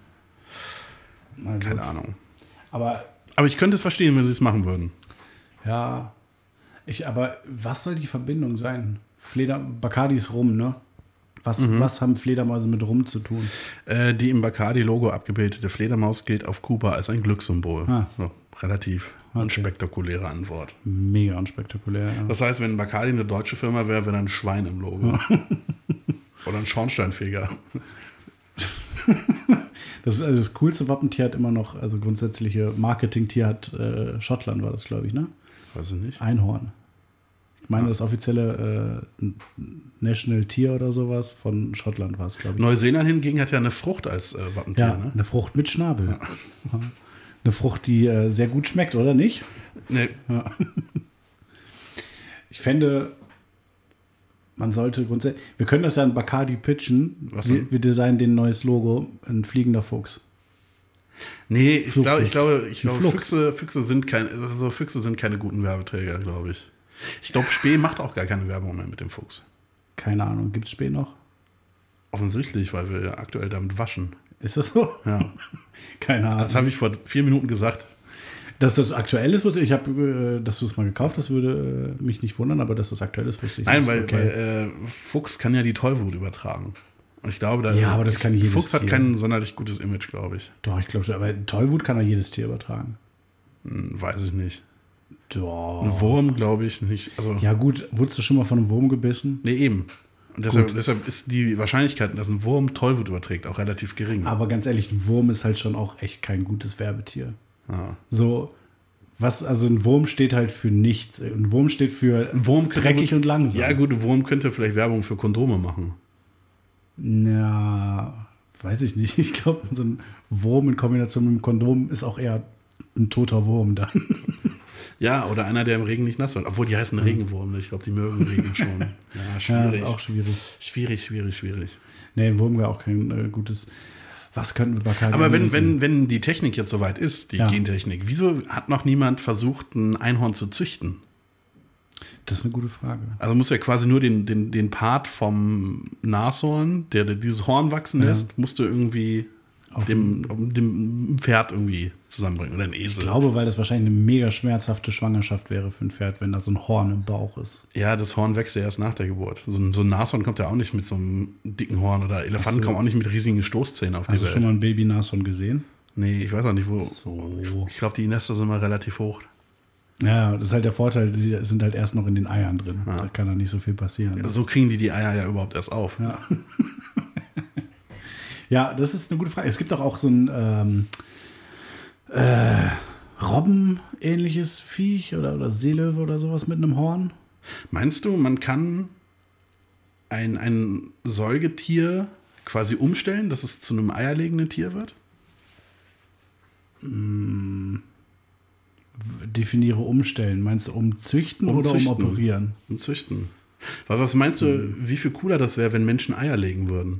Keine Ahnung. Aber ich könnte es verstehen, wenn sie es machen würden. Ja. Aber was soll die Verbindung sein? Bacardi ist Rum, ne? Was haben Fledermäuse mit Rum zu tun? Die im Bacardi-Logo abgebildete Fledermaus gilt auf Kuba als ein Glückssymbol. So, relativ unspektakuläre Antwort. Mega unspektakulär, ja. Das heißt, wenn Bacardi eine deutsche Firma wäre, wäre dann ein Schwein im Logo. Oder ein Schornsteinfeger. Das coolste Wappentier hat immer noch, also grundsätzliche Marketingtier hat Schottland, war das, glaube ich, ne? Weiß ich nicht. Einhorn. Ich meine, das offizielle National Tier oder sowas von Schottland war es, glaube ich. Neuseeland hingegen hat ja eine Frucht als Wappentier. Ja, Ne? eine Frucht mit Schnabel. Ja. Eine Frucht, die sehr gut schmeckt, oder nicht? Nee. Ja. Ich fände, man sollte grundsätzlich, wir können das ja an Bacardi pitchen. Wir designen den neues Logo, ein fliegender Fuchs. Nee, ich glaube, Flux. Füchse sind keine guten Werbeträger, glaube ich. Ich glaube, Spee macht auch gar keine Werbung mehr mit dem Fuchs. Keine Ahnung, gibt es Spee noch? Offensichtlich, weil wir ja aktuell damit waschen. Ist das so? Ja. Keine Ahnung. Das habe ich vor 4 Minuten gesagt. Dass das aktuell ist, ich habe, dass du es mal gekauft hast, würde mich nicht wundern, aber dass das aktuell ist, wusste ich nicht. Nein, weil Fuchs kann ja die Tollwut übertragen. Und ich glaube, aber das kann jedes Fuchs hat Tier. kein sonderlich gutes Image, glaube ich. Doch, ich glaube schon, aber Tollwut kann ja jedes Tier übertragen. Weiß ich nicht. Doch. Ein Wurm, glaube ich nicht. Also, ja gut, wurdest du schon mal von einem Wurm gebissen? Nee, eben. Und deshalb ist die Wahrscheinlichkeit, dass ein Wurm Tollwut überträgt, auch relativ gering. Aber ganz ehrlich, ein Wurm ist halt schon auch echt kein gutes Werbetier. Ja. So, also ein Wurm steht halt für nichts. Ein Wurm steht für dreckig und langsam. Ja gut, ein Wurm könnte vielleicht Werbung für Kondome machen. Ja, weiß ich nicht. Ich glaube, so ein Wurm in Kombination mit einem Kondom ist auch eher ein toter Wurm dann. Ja, oder einer, der im Regen nicht nass wird. Obwohl, die heißen Regenwurm. Ich glaube, die mögen Regen schon. Ja, schwierig. Ja, auch schwierig. Schwierig. Nee, ein Wurm wäre auch kein gutes... Was könnten wir Bacardi... Aber wenn die Technik jetzt soweit ist, die Gentechnik, wieso hat noch niemand versucht, ein Einhorn zu züchten? Das ist eine gute Frage. Also muss ja quasi nur den Part vom Nashorn, der dieses Horn wachsen lässt, musst du irgendwie dem Pferd irgendwie zusammenbringen oder ein Esel. Ich glaube, weil das wahrscheinlich eine mega schmerzhafte Schwangerschaft wäre für ein Pferd, wenn da so ein Horn im Bauch ist. Ja, das Horn wächst ja erst nach der Geburt. So ein Nashorn kommt ja auch nicht mit so einem dicken Horn oder Elefanten kommen auch nicht mit riesigen Stoßzähnen auf die Welt. Hast du schon mal ein Baby-Nashorn gesehen? Nee, ich weiß auch nicht, wo. So. Ich glaube, die Nester sind mal relativ hoch. Ja, das ist halt der Vorteil, die sind halt erst noch in den Eiern drin. Ja. Da kann da nicht so viel passieren. Ja, so kriegen die Eier ja überhaupt erst auf. Ja. Ja, das ist eine gute Frage. Es gibt doch auch so ein Robben-ähnliches Viech oder Seelöwe oder sowas mit einem Horn. Meinst du, man kann ein Säugetier quasi umstellen, dass es zu einem eierlegenden Tier wird? Definiere umstellen. Meinst du umzüchten oder umoperieren? Umzüchten. Weil was meinst du, wie viel cooler das wäre, wenn Menschen Eier legen würden?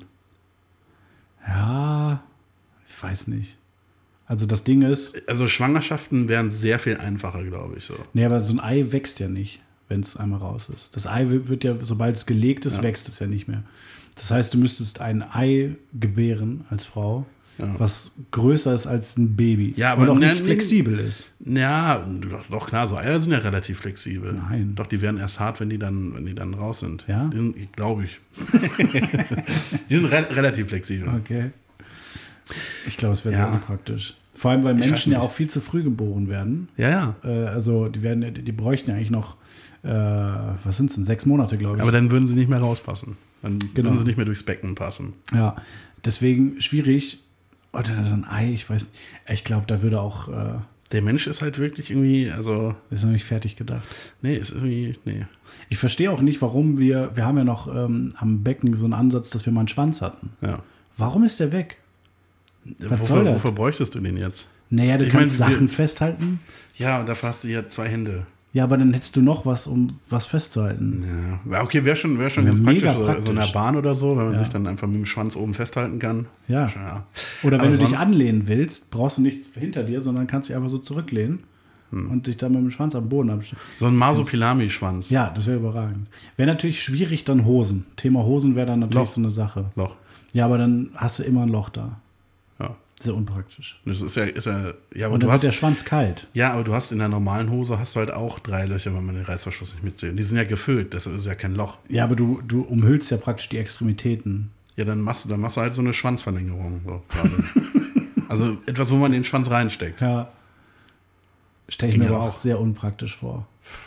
Ja, ich weiß nicht. Also das Ding ist... Also Schwangerschaften wären sehr viel einfacher, glaube ich. So. Nee, aber so ein Ei wächst ja nicht, wenn es einmal raus ist. Das Ei wird ja, sobald es gelegt ist, wächst es ja nicht mehr. Das heißt, du müsstest ein Ei gebären als Frau, was größer ist als ein Baby. Ja, aber und auch nicht flexibel ist. Ja, doch klar, so Eier sind ja relativ flexibel. Nein. Doch, die werden erst hart, wenn die dann raus sind. Ja? Glaube ich. Die sind relativ flexibel. Okay. Ich glaube, es wäre sehr unpraktisch. Vor allem, weil Menschen ja auch viel zu früh geboren werden. Ja. Also die bräuchten ja eigentlich noch, was sind es denn, 6 Monate, glaube ich. Aber dann würden sie nicht mehr rauspassen. Dann würden sie nicht mehr durchs Becken passen. Ja, deswegen schwierig. Oder so ein Ei, ich weiß nicht. Ich glaube, da würde auch... Der Mensch ist halt wirklich irgendwie, also... Ist noch nicht fertig gedacht. Nee, ist irgendwie, nee. Ich verstehe auch nicht, warum wir haben ja noch am Becken so einen Ansatz, dass wir mal einen Schwanz hatten. Ja. Warum ist der weg? Wofür bräuchtest du den jetzt? Naja, du kannst Sachen festhalten. Ja, und dafür hast du ja 2 Hände. Ja, aber dann hättest du noch was, um was festzuhalten. Ja, okay, wäre schon ganz praktisch. So in der Bahn oder so, wenn man sich dann einfach mit dem Schwanz oben festhalten kann. Ja. Oder wenn du dich anlehnen willst, brauchst du nichts hinter dir, sondern kannst dich einfach so zurücklehnen und dich dann mit dem Schwanz am Boden abstellen. So ein Masopilami-Schwanz. Ja, das wäre überragend. Wäre natürlich schwierig, dann Hosen. Thema Hosen wäre dann natürlich so eine Sache. Loch. Ja, aber dann hast du immer ein Loch da. Ja. Sehr unpraktisch. Das ist ja aber und dann wird der Schwanz kalt. Ja, aber du hast in der normalen Hose hast du halt auch 3 Löcher, wenn man den Reißverschluss nicht mitzählt. Die sind ja gefüllt, das ist ja kein Loch. Ja, aber du umhüllst ja praktisch die Extremitäten. Ja, dann machst du halt so eine Schwanzverlängerung. So quasi. Also etwas, wo man den Schwanz reinsteckt. Ja. Stelle ich mir aber auch sehr unpraktisch vor.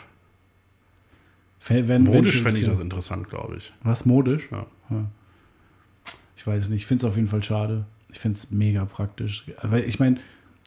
Modisch fände ich das interessant, glaube ich. Was, modisch? Ja. Ich weiß es nicht, ich finde es auf jeden Fall schade. Ich finde es mega praktisch. Weil ich meine,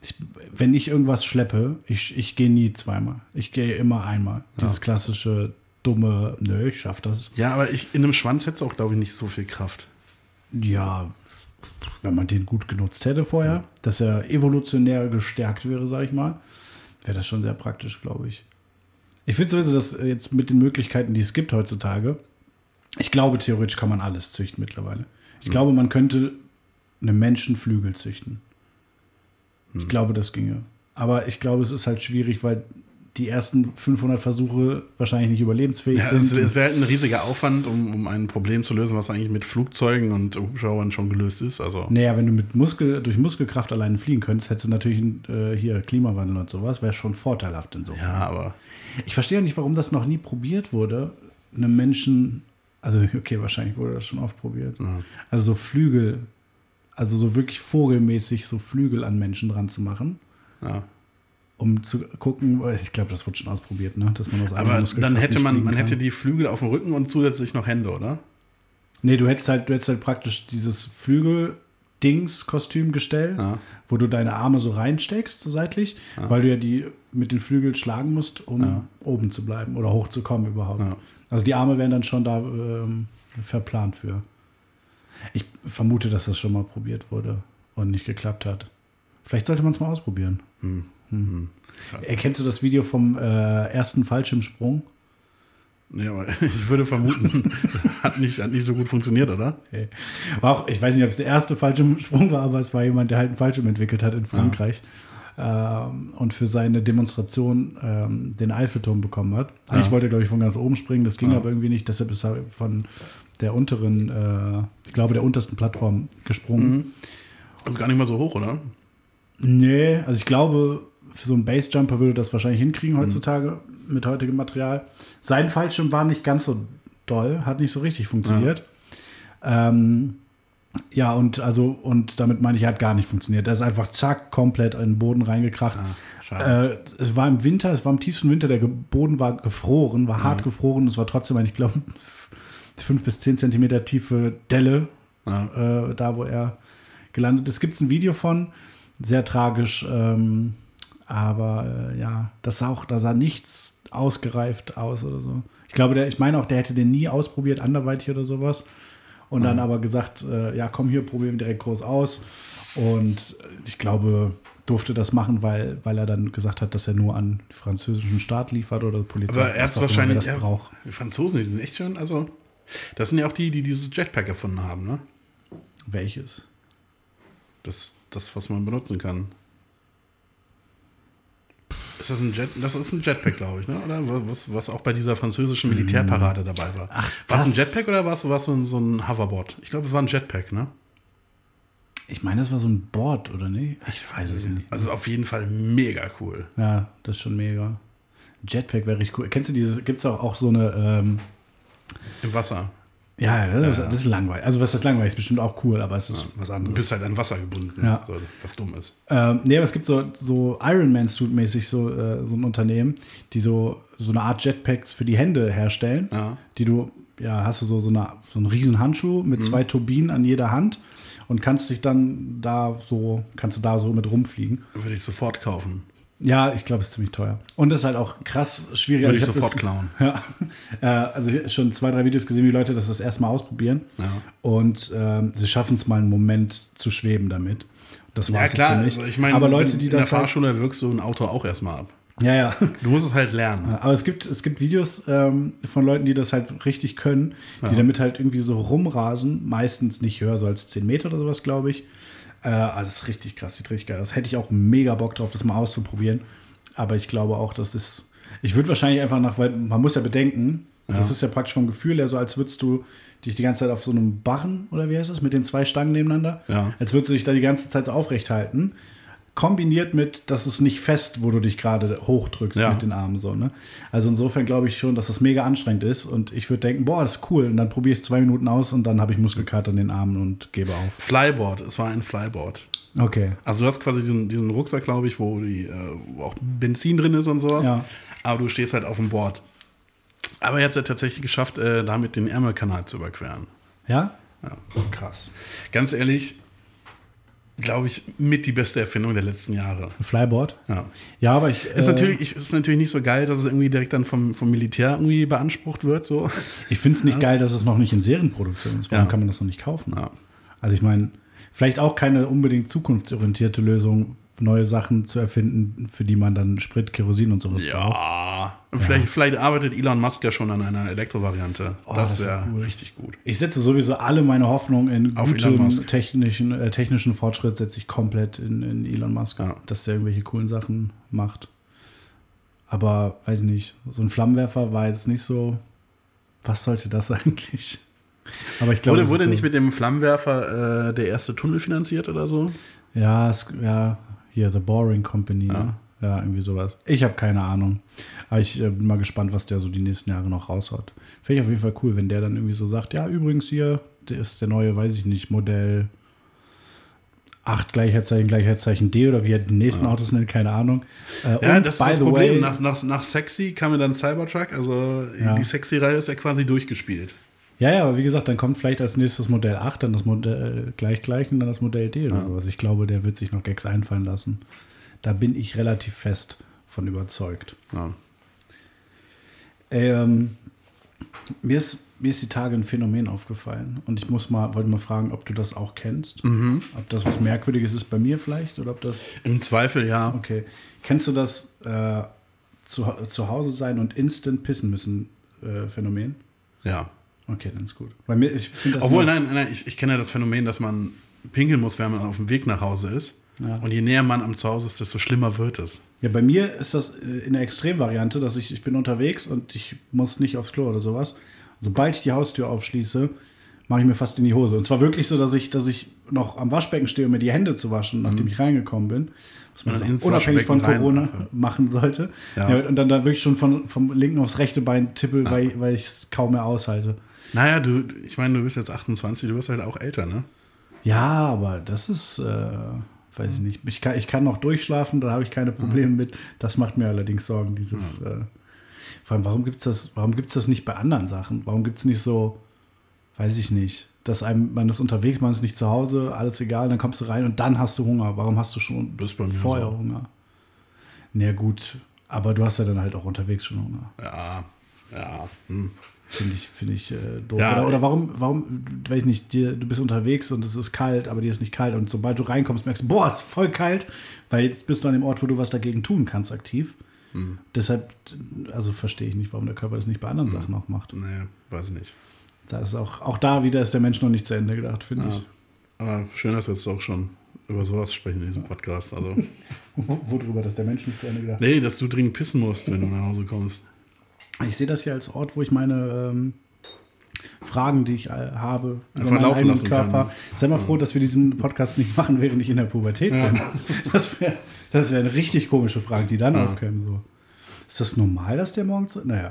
wenn ich irgendwas schleppe, ich gehe nie zweimal. Ich gehe immer einmal. Ja. Dieses klassische dumme, nö, ich schaff das. Ja, aber in einem Schwanz hätte es auch, glaube ich, nicht so viel Kraft. Ja, wenn man den gut genutzt hätte vorher, dass er evolutionär gestärkt wäre, sag ich mal, wäre das schon sehr praktisch, glaube ich. Ich finde sowieso, dass jetzt mit den Möglichkeiten, die es gibt heutzutage, ich glaube, theoretisch kann man alles züchten mittlerweile. Ich glaube, man könnte einem Menschen Flügel züchten. Ich glaube, das ginge. Aber ich glaube, es ist halt schwierig, weil die ersten 500 Versuche wahrscheinlich nicht überlebensfähig sind. Es wäre halt ein riesiger Aufwand, um ein Problem zu lösen, was eigentlich mit Flugzeugen und Hubschraubern schon gelöst ist. Also. Naja, wenn du durch Muskelkraft alleine fliegen könntest, hättest du natürlich hier Klimawandel und sowas, wäre schon vorteilhaft insofern. Ja, aber... Ich verstehe nicht, warum das noch nie probiert wurde, einem Menschen, also okay, wahrscheinlich wurde das schon oft probiert, also so Flügel, also so wirklich vogelmäßig so Flügel an Menschen dran zu machen. Ja. Um zu gucken, ich glaube, das wurde schon ausprobiert, ne? Dass man aus aber dann hätte man hätte die Flügel auf dem Rücken und zusätzlich noch Hände, oder? Nee, du hättest halt praktisch dieses Flügel-Dings-Kostümgestell, wo du deine Arme so reinsteckst, so seitlich, weil du ja die mit den Flügeln schlagen musst, um oben zu bleiben oder hochzukommen überhaupt. Ja. Also die Arme wären dann schon da verplant für. Ich vermute, dass das schon mal probiert wurde und nicht geklappt hat. Vielleicht sollte man es mal ausprobieren. Erkennst du das Video vom ersten Fallschirmsprung? Nee, aber ich würde vermuten, hat nicht so gut funktioniert, oder? Okay. Ich weiß nicht, ob es der erste Fallschirmsprung war, aber es war jemand, der halt einen Fallschirm entwickelt hat in Frankreich und für seine Demonstration den Eiffelturm bekommen hat. Eigentlich wollte er, glaube ich, von ganz oben springen, das ging aber irgendwie nicht, deshalb ist er von der unteren, ich glaube, der untersten Plattform gesprungen. Also gar nicht mal so hoch, oder? Nee, also ich glaube, für so einen Basejumper würde das wahrscheinlich hinkriegen heutzutage mit heutigem Material. Sein Fallschirm war nicht ganz so doll, hat nicht so richtig funktioniert. Ja, und damit meine ich, hat gar nicht funktioniert. Er ist einfach zack, komplett in den Boden reingekracht. Schade. Es war im Winter, es war im tiefsten Winter, der Boden war gefroren, war hart gefroren. Es war trotzdem, ich glaube, 5 bis 10 Zentimeter tiefe Delle, da wo er gelandet ist. Es gibt ein Video von, sehr tragisch, aber das sah nichts ausgereift aus oder so. Ich meine auch, der hätte den nie ausprobiert, anderweitig oder sowas. Und dann aber gesagt, komm hier, probieren direkt groß aus. Und ich glaube, durfte das machen, weil er dann gesagt hat, dass er nur an den französischen Staat liefert oder Polizei. Aber erst wahrscheinlich, das braucht. Die Franzosen, die sind echt schön, also das sind ja auch die dieses Jetpack erfunden haben, ne? Welches? Das, was man benutzen kann. Ist das ein Das ist ein Jetpack, glaube ich, ne? Oder was auch bei dieser französischen Militärparade dabei war. War es ein Jetpack oder war es so ein Hoverboard? Ich glaube, es war ein Jetpack, ne? Ich meine, das war so ein Board, oder nicht? Ich weiß es nicht. Also auf jeden Fall mega cool. Ja, das ist schon mega. Jetpack wäre richtig cool. Kennst du gibt es auch so eine... Im Wasser. Ja, das ist langweilig. Also was das langweilig ist, bestimmt auch cool, aber es ist was anderes. Du bist halt an Wasser gebunden, was dumm ist. Nee, aber es gibt so Ironman-Suit-mäßig so ein Unternehmen, die so eine Art Jetpacks für die Hände herstellen, die du, hast du so einen riesen Handschuh mit 2 Turbinen an jeder Hand und kannst da so mit rumfliegen. Würde ich sofort kaufen. Ja, ich glaube, es ist ziemlich teuer. Und es ist halt auch krass schwierig. Würde ich sofort klauen. Ja, also ich habe schon 2, 3 Videos gesehen, wie Leute das erstmal ausprobieren. Ja. Und sie schaffen es mal einen Moment zu schweben damit. Das war's klar. Jetzt also ich meine, aber Leute, die in der Fahrschule wirkst du ein Auto auch erstmal ab. Ja. Du musst es halt lernen. Aber es gibt Videos von Leuten, die das halt richtig können, die damit halt irgendwie so rumrasen. Meistens nicht höher, so als 10 Meter oder sowas, glaube ich. Also es ist richtig krass, sieht richtig geil aus. Hätte ich auch mega Bock drauf, das mal auszuprobieren. Aber ich glaube auch, ich würde wahrscheinlich einfach weil man muss ja bedenken, das ist ja praktisch vom Gefühl her so, als würdest du dich die ganze Zeit auf so einem Barren, oder wie heißt das, mit den 2 Stangen nebeneinander, als würdest du dich da die ganze Zeit so aufrecht halten. Kombiniert mit, dass es nicht fest, wo du dich gerade hochdrückst mit den Armen. So, ne? Also insofern glaube ich schon, dass das mega anstrengend ist. Und ich würde denken, das ist cool. Und dann probiere ich es 2 Minuten aus und dann habe ich Muskelkater in den Armen und gebe auf. Flyboard, es war ein Flyboard. Okay. Also du hast quasi diesen Rucksack, glaube ich, wo auch Benzin drin ist und sowas. Ja. Aber du stehst halt auf dem Board. Aber er hat es ja tatsächlich geschafft, damit den Ärmelkanal zu überqueren. Ja? Ja. Krass. Ganz ehrlich, glaube ich, mit die beste Erfindung der letzten Jahre. Ein Flyboard? Ja. Ja, aber Ist natürlich nicht so geil, dass es irgendwie direkt dann vom Militär irgendwie beansprucht wird. So. Ich finde es nicht geil, dass es noch nicht in Serienproduktion ist. Warum Ja. kann man das noch nicht kaufen? Ja. Also ich meine, vielleicht auch keine unbedingt zukunftsorientierte Lösung, neue Sachen zu erfinden, für die man dann Sprit, Kerosin und sowas braucht. Ja. Vielleicht arbeitet Elon Musk ja schon an einer Elektrovariante. Das wäre richtig gut. Ich setze sowieso alle meine Hoffnung in Auf Elon guten Musk. technischen Fortschritt, setze ich komplett in Elon Musk, Ja. dass er irgendwelche coolen Sachen macht. Aber, weiß nicht, so ein Flammenwerfer war jetzt nicht so, was sollte das eigentlich? Aber ich glaube, Wurde nicht mit dem Flammenwerfer der erste Tunnel finanziert oder so? Ja, hier, The Boring Company. Ja. Ne? Ja, irgendwie sowas. Ich habe keine Ahnung. Aber ich bin mal gespannt, was der so die nächsten Jahre noch raushaut. Finde ich auf jeden Fall cool, wenn der dann irgendwie so sagt, ja, übrigens hier, der ist der neue, weiß ich nicht, Modell 8 Gleichheitszeichen D oder wie er die nächsten Autos nennt, keine Ahnung. Ja, und das ist by das the Problem. way- Nach Sexy kam ja dann Cybertruck. Also Ja. die Sexy-Reihe ist ja quasi durchgespielt. Ja, aber wie gesagt, dann kommt vielleicht als nächstes Modell 8, dann das Modell gleich und dann das Modell D oder sowas. Ich glaube, der wird sich noch Gags einfallen lassen. Da bin ich relativ fest von überzeugt. Ja. Mir ist die Tage ein Phänomen aufgefallen und ich wollte mal fragen, ob du das auch kennst. Ob das was Merkwürdiges ist bei mir vielleicht oder ob das... Im Zweifel ja. Okay. Kennst du das zu Hause sein und instant pissen müssen Phänomen? Ja. Okay, dann ist gut. Bei mir, ich finde das Obwohl, nur- nein, ich kenne ja das Phänomen, dass man pinkeln muss, wenn man auf dem Weg nach Hause ist. Ja. Und je näher man am Zuhause ist, desto schlimmer wird es. Ja, bei mir ist das in der Extremvariante, dass ich bin unterwegs und ich muss nicht aufs Klo oder sowas. Sobald ich die Haustür aufschließe, mache ich mir fast in die Hose. Und zwar wirklich so, dass ich noch am Waschbecken stehe, um mir die Hände zu waschen, nachdem ich reingekommen bin. Was man Und dann auch ins unabhängig von Waschbecken Corona rein. machen sollte. Ja. Ja, und dann da wirklich schon vom linken aufs rechte Bein tippel, weil ich es kaum mehr aushalte. Naja, ich meine, du bist jetzt 28, du wirst halt auch älter, ne? Ja, aber das ist, weiß ich nicht. Ich kann noch durchschlafen, da habe ich keine Probleme mit. Das macht mir allerdings Sorgen, dieses. Vor allem, warum gibt's das nicht bei anderen Sachen? Warum gibt es nicht so, weiß ich nicht, dass man ist unterwegs, man ist nicht zu Hause, alles egal, dann kommst du rein und dann hast du Hunger. Warum hast du schon Bist bei mir vorher so. Hunger? Na gut, aber du hast ja dann halt auch unterwegs schon Hunger. Ja. Finde ich doof. Ja, oder warum, weiß ich nicht, du bist unterwegs und es ist kalt, aber dir ist nicht kalt. Und sobald du reinkommst, merkst du, boah, es ist voll kalt, weil jetzt bist du an dem Ort, wo du was dagegen tun kannst, aktiv. Deshalb, also verstehe ich nicht, warum der Körper das nicht bei anderen Sachen auch macht. Nee, weiß ich nicht. Da ist auch da wieder ist der Mensch noch nicht zu Ende gedacht, finde ich. Aber schön, dass wir jetzt auch schon über sowas sprechen in diesem Podcast. Also, Worüber, dass der Mensch nicht zu Ende gedacht nee, dass du dringend pissen musst, wenn du nach Hause kommst. Ich sehe das hier als Ort, wo ich meine Fragen, die ich habe, über Einfach meinen laufen eigenen lassen Körper. kann. Sei mal froh, dass wir diesen Podcast nicht machen, während ich in der Pubertät bin. Das wäre eine richtig komische Frage, die dann aufkäme. So. Ist das normal, dass der morgens... Naja.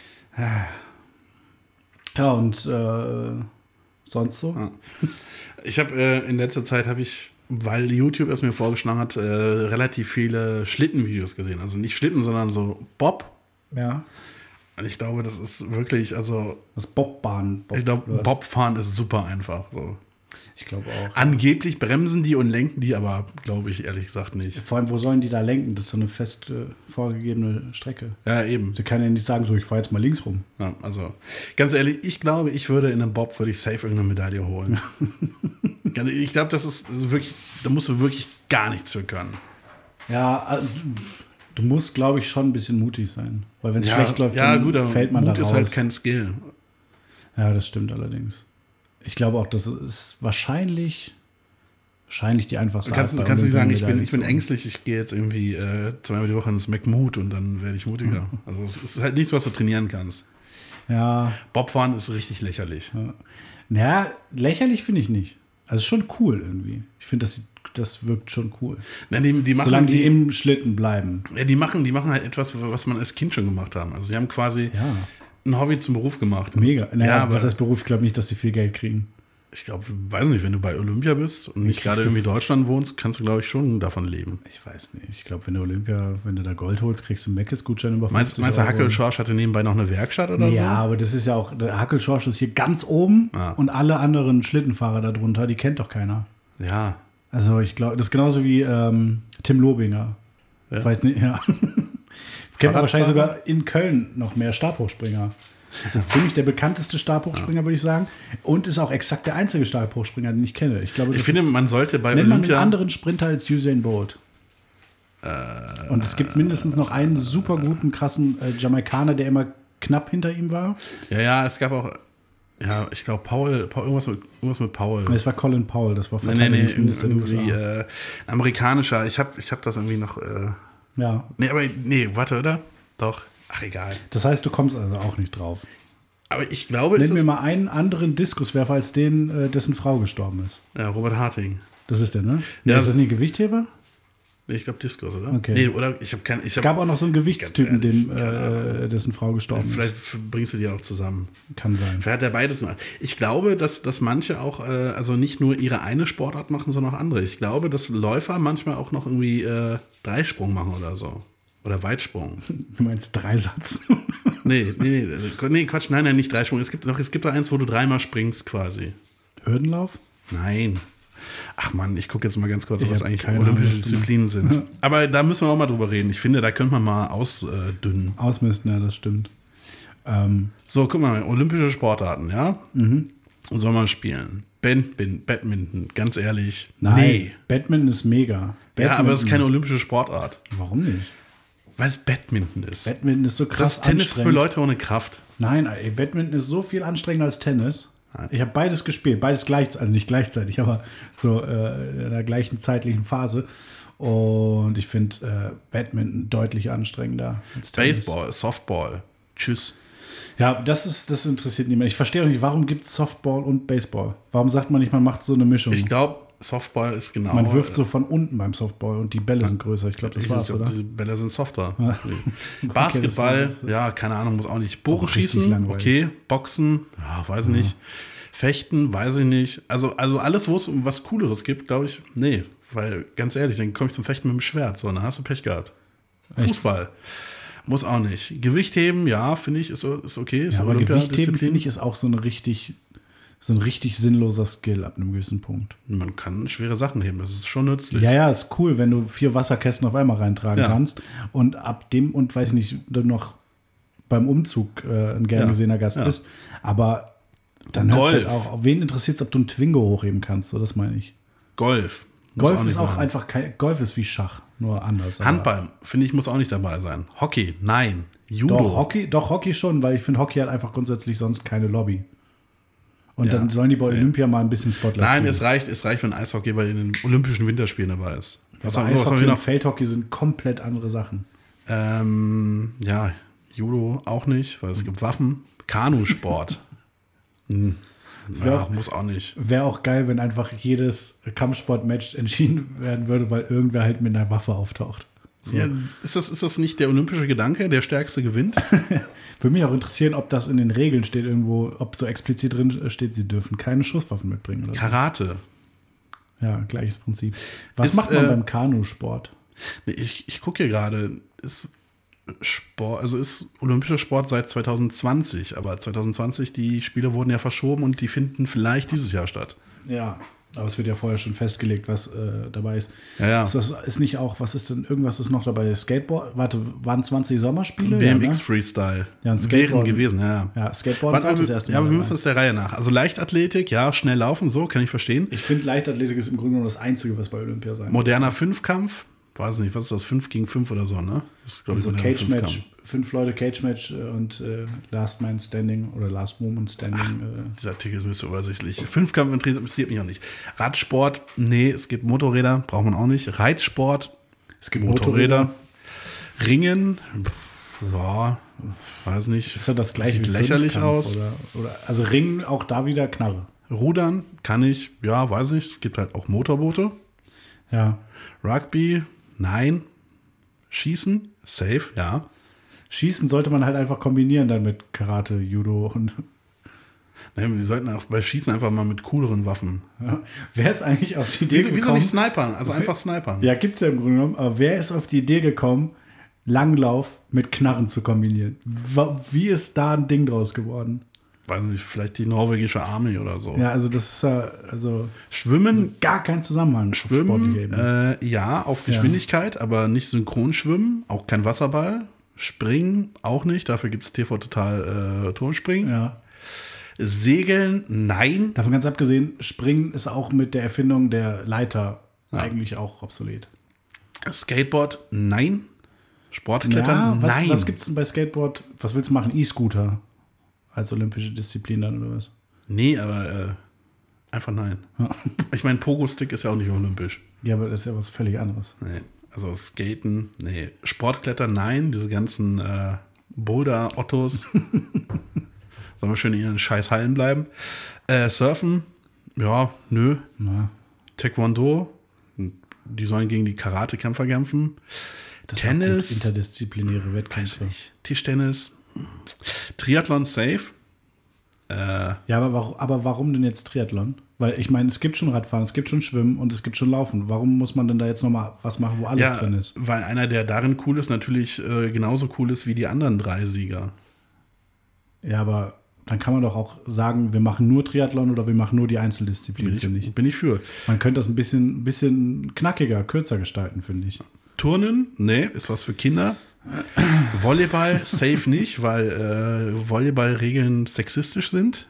Ja, und sonst so? Ja. Ich habe in letzter Zeit weil YouTube es mir vorgeschlagen hat, relativ viele Schlittenvideos gesehen. Also nicht Schlitten, sondern so Bob. Ja. Und ich glaube, das ist wirklich, also Das Bobbahn. ich glaube, Bobfahren ist super einfach. So. Ich glaube auch. Angeblich bremsen die und lenken die, aber glaube ich ehrlich gesagt nicht. Vor allem, wo sollen die da lenken? Das ist so eine fest vorgegebene Strecke. Ja, eben. Sie kann ja nicht sagen, so, ich fahre jetzt mal links rum. Ja, also ganz ehrlich, ich glaube, ich würde in einem Bob safe irgendeine Medaille holen. Also, ich glaube, das ist wirklich, da musst du wirklich gar nichts für können. Ja, du musst, glaube ich, schon ein bisschen mutig sein. Weil wenn es schlecht läuft, ja, dann gut, aber fällt man Mut da raus. ist halt kein Skill. Ja, das stimmt allerdings. Ich glaube auch, das ist wahrscheinlich die einfachste Du kannst Art, bei nicht sagen, ich Medaille bin zu- ängstlich, ich gehe jetzt irgendwie zweimal die Woche ins McMood und dann werde ich mutiger. Also es ist halt nichts, was du trainieren kannst. Ja, Bobfahren ist richtig lächerlich. naja, lächerlich finde ich nicht. Also schon cool irgendwie. Ich finde, das wirkt schon cool. Ja, die machen, Solange die im Schlitten bleiben. ja, die machen halt etwas, was man als Kind schon gemacht haben. Also die haben quasi Ja, ein Hobby zum Beruf gemacht. mega. Naja, Ja, aber was heißt Beruf? Ich glaube nicht, dass sie viel Geld kriegen. ich glaube, weiß nicht, wenn du bei Olympia bist und nicht gerade kriegst du- irgendwie Deutschland wohnst, kannst du, glaube ich, schon davon leben. Ich weiß nicht. Ich glaube, wenn du da Gold holst, kriegst du einen Meckes-Gutschein über 50 Meinst du, Euro. Hackel-Schorsch hatte nebenbei noch eine Werkstatt oder Ja, aber das ist ja auch, der Hackel-Schorsch ist hier ganz oben Ja. und alle anderen Schlittenfahrer darunter, die kennt doch keiner. so? Ja. Also ich glaube, das ist genauso wie Tim Lobinger. Ja. Ich weiß nicht, ja. Kennt man wahrscheinlich sogar in Köln noch mehr Stabhochspringer. Das ist ziemlich der bekannteste Stabhochspringer, würde ich sagen. Und ist auch exakt der einzige Stabhochspringer, den ich kenne. Ich glaube, Ich finde, man sollte bei nennt man einen Olympia... anderen Sprinter als Usain Bolt. Und es gibt mindestens noch einen super guten, krassen Jamaikaner, der immer knapp hinter ihm war. Ja, es gab auch... Ja, ich glaube, Paul irgendwas mit Paul. Es war Colin Powell, das war Nee, Verteidigungsminister in den irgendwie USA. amerikanischer. Ich hab das irgendwie noch... Ja. Warte, oder? Doch. Ach, egal. Das heißt, du kommst also auch nicht drauf. Aber ich glaube, Nenn mir mal einen anderen Diskuswerfer als den, dessen Frau gestorben ist. Ja, Robert Harting. Das ist der, ne? Ja. Ist das nicht Gewichtheber? Nee, ich glaube Diskus, oder? Okay. Nee, oder ich habe keinen... Es gab auch noch so einen Gewichtstypen, Ganz ehrlich, dessen Frau gestorben Vielleicht ist. bringst du die auch zusammen. Kann sein. Vielleicht hat er beides gemacht. Ich glaube, dass manche auch also nicht nur ihre eine Sportart machen, sondern auch andere. Ich glaube, dass Läufer manchmal auch noch irgendwie Dreisprung machen oder so. Oder Weitsprung. Du meinst Dreisatz? Nee, Quatsch, nein, nicht Dreisprung. Es gibt da eins, wo du dreimal springst quasi. Hürdenlauf? Nein. Ach Mann, ich gucke jetzt mal ganz kurz, Ich was hab eigentlich keine olympische Ahnung, was du Disziplinen sind. Aber da müssen wir auch mal drüber reden. Ich finde, da könnte man mal ausdünnen. Ausmisten, ja, das stimmt. So, guck mal, olympische Sportarten, ja? Mhm. Soll man spielen? Badminton, ganz ehrlich. Nein, Nee. Badminton ist mega. Ja, aber es ist keine olympische Sportart. Warum nicht? Weil es Badminton ist. Badminton ist so krass Das ist Tennis für anstrengend. Leute ohne Kraft. Nein, ey, Badminton ist so viel anstrengender als Tennis. Nein. Ich habe beides gespielt, beides gleichzeitig, also nicht gleichzeitig, aber so in der gleichen zeitlichen Phase. Und ich finde Badminton deutlich anstrengender als Tennis. Baseball, Softball. Tschüss. Ja, das interessiert niemand. Ich verstehe auch nicht, warum gibt es Softball und Baseball? Warum sagt man nicht, man macht so eine Mischung? Ich glaube, Softball ist genau. Man wirft so von unten beim Softball und die Bälle sind größer. Ich glaube, das war's, glaub, oder? Die Bälle sind softer. Ja. Basketball, das war ja, keine Ahnung, muss auch nicht. richtig Bogenschießen, langweilig. okay. Boxen, ja, weiß ich nicht. Fechten, weiß ich nicht. Also alles, wo es um was Cooleres gibt, glaube ich, nee. Weil, ganz ehrlich, dann komme ich zum Fechten mit dem Schwert. So, dann hast du Pech gehabt. Echt? Fußball. Muss auch nicht. Gewichtheben, ja, finde ich, ist okay. Ist Ja, aber Gewichtheben, Olympiadisziplin. finde ich, ist auch so ein richtig sinnloser Skill ab einem gewissen Punkt. Man kann schwere Sachen heben, das ist schon nützlich. Ja, ist cool, wenn du 4 Wasserkästen auf einmal reintragen Ja. kannst und weiß ich nicht, du noch beim Umzug ein gern Ja. gesehener Gast Ja. bist. Aber dann hört halt Golf. auch, wen interessiert es, ob du einen Twingo hochheben kannst, so das meine ich. Golf. Muss Golf nicht ist auch sein. einfach Golf ist wie Schach, nur anders. aber- Handball, finde ich, muss auch nicht dabei sein. Hockey, nein. Judo. Doch, Hockey schon, weil ich finde, Hockey hat einfach grundsätzlich sonst keine Lobby. Und Ja. dann sollen die bei Olympia mal ein bisschen Spotlight Nein, kriegen. es reicht, wenn Eishockey bei den Olympischen Winterspielen dabei ist. Was Aber haben wir Eishockey noch? und Feldhockey sind komplett andere Sachen. Ja, Judo auch nicht, weil es gibt Waffen. Kanusport. Ja, muss auch nicht. Wäre auch geil, wenn einfach jedes Kampfsportmatch entschieden werden würde, weil irgendwer halt mit einer Waffe auftaucht. So. Ja, ist das nicht der olympische Gedanke, der Stärkste gewinnt? Würde mich auch interessieren, ob das in den Regeln steht irgendwo, ob so explizit drin steht, sie dürfen keine Schusswaffen mitbringen. Oder so. Karate. Ja, gleiches Prinzip. Was Ist, macht man beim Kanusport? Nee, ich gucke hier gerade, ist olympischer Sport seit 2020, aber 2020, die Spiele wurden ja verschoben und die finden vielleicht dieses Jahr statt. Ja, aber es wird ja vorher schon festgelegt, was dabei ist. Ja. Ist nicht auch, was ist denn, irgendwas ist noch dabei? Skateboard? Warte, waren 20 Sommerspiele? BMX ja, Freestyle. Ja, und Wären Skateboard. gewesen, ja. Ja, Skateboard ist auch das erste Mal. Ja, aber wir dabei. müssen das der Reihe nach. Also Leichtathletik, ja, schnell laufen, so, kann ich verstehen. Ich finde, Leichtathletik ist im Grunde genommen das Einzige, was bei Olympia sein Moderner Fünfkampf, weiß nicht, was ist das, 5 gegen 5 oder so, ne? Das ist, glaube ich, So moderner Cage-Match, Fünfkampf. 5 Leute Cage-Match und Last Man Standing oder Last Woman Standing. Dieser Artikel ist mir so übersichtlich. Fünfkampf interessiert mich auch nicht. Radsport, nee, es gibt Motorräder, braucht man auch nicht. Reitsport, Es gibt Motorräder. Ringen, ja, weiß nicht. Ist ja das gleiche Sieht wie lächerlich Fünfkampf aus. Oder, also Ringen, auch da wieder Knarre. Rudern kann ich, ja, weiß nicht. Es gibt halt auch Motorboote. Ja. Rugby, nein. Schießen, safe, ja. Schießen sollte man halt einfach kombinieren dann mit Karate, Judo und Nein, sie sollten auch bei Schießen einfach mal mit cooleren Waffen. ja. Wer ist eigentlich auf die Idee Wieso gekommen? nicht snipern? Also einfach snipern. Ja, gibt's ja im Grunde genommen, aber wer ist auf die Idee gekommen, Langlauf mit Knarren zu kombinieren? Wie ist da ein Ding draus geworden? weiß nicht, vielleicht die norwegische Armee oder so. Ja, also das ist ja, also Schwimmen, gar kein Zusammenhang. Schwimmen, ja, auf Geschwindigkeit, aber nicht Synchronschwimmen, auch kein Wasserball. Springen auch nicht, dafür gibt es TV Total Turmspringen. Ja. Segeln, nein. Davon ganz abgesehen, Springen ist auch mit der Erfindung der Leiter eigentlich auch obsolet. Skateboard, nein. Sportklettern, nein. Was gibt es denn bei Skateboard? Was willst du machen? E-Scooter als olympische Disziplin dann oder was? Nee, aber einfach nein. Ich meine, Pogo-Stick ist ja auch nicht olympisch. Ja, aber das ist ja was völlig anderes. Nee. Also Skaten, nee. Sportklettern, nein. Diese ganzen Boulder-Ottos. Sollen wir schön in ihren scheiß Hallen bleiben. Surfen, ja, nö. Na. Taekwondo, die sollen gegen die Karate-Kämpfer kämpfen. Tennis, interdisziplinäre Wettkämpfe. Tischtennis, Triathlon safe. Ja, aber warum denn jetzt Triathlon? Weil ich meine, es gibt schon Radfahren, es gibt schon Schwimmen und es gibt schon Laufen. Warum muss man denn da jetzt nochmal was machen, wo alles drin ist? Weil einer, der darin cool ist, natürlich genauso cool ist wie die anderen 3 Sieger. Ja, aber dann kann man doch auch sagen, wir machen nur Triathlon oder wir machen nur die Einzeldisziplin, finde ich. Bin ich für. Man könnte das ein bisschen knackiger, kürzer gestalten, finde ich. Turnen, nee, ist was für Kinder. Volleyball, safe nicht, weil Volleyballregeln sexistisch sind.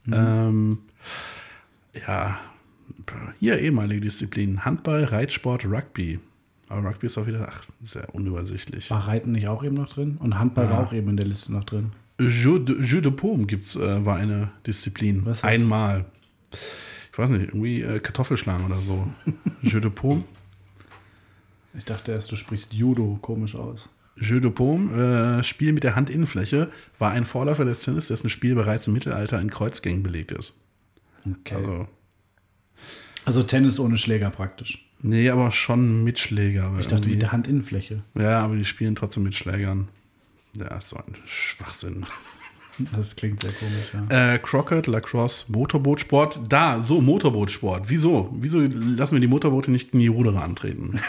Ja, hier ehemalige Disziplinen. Handball, Reitsport, Rugby. Aber Rugby ist auch wieder sehr unübersichtlich. War Reiten nicht auch eben noch drin? Und Handball war auch eben in der Liste noch drin. Jeu de Paume war eine Disziplin. Was heißt? Einmal. Ich weiß nicht, irgendwie Kartoffelschlagen oder so. Jeu de Paume. Ich dachte erst, du sprichst Judo komisch aus. Jeu de Paume, Spiel mit der Handinnenfläche, war ein Vorläufer des Tennis, dessen Spiel bereits im Mittelalter in Kreuzgängen belegt ist. Okay. Also Tennis ohne Schläger praktisch. Nee, aber schon mit Schläger. Ich dachte mit der Handinnenfläche. Ja, aber die spielen trotzdem mit Schlägern. Ja, ist so ein Schwachsinn. Das klingt sehr komisch, ja. Croquet, Lacrosse, Motorbootsport. Motorbootsport. Wieso? Wieso lassen wir die Motorboote nicht in die Ruderer antreten?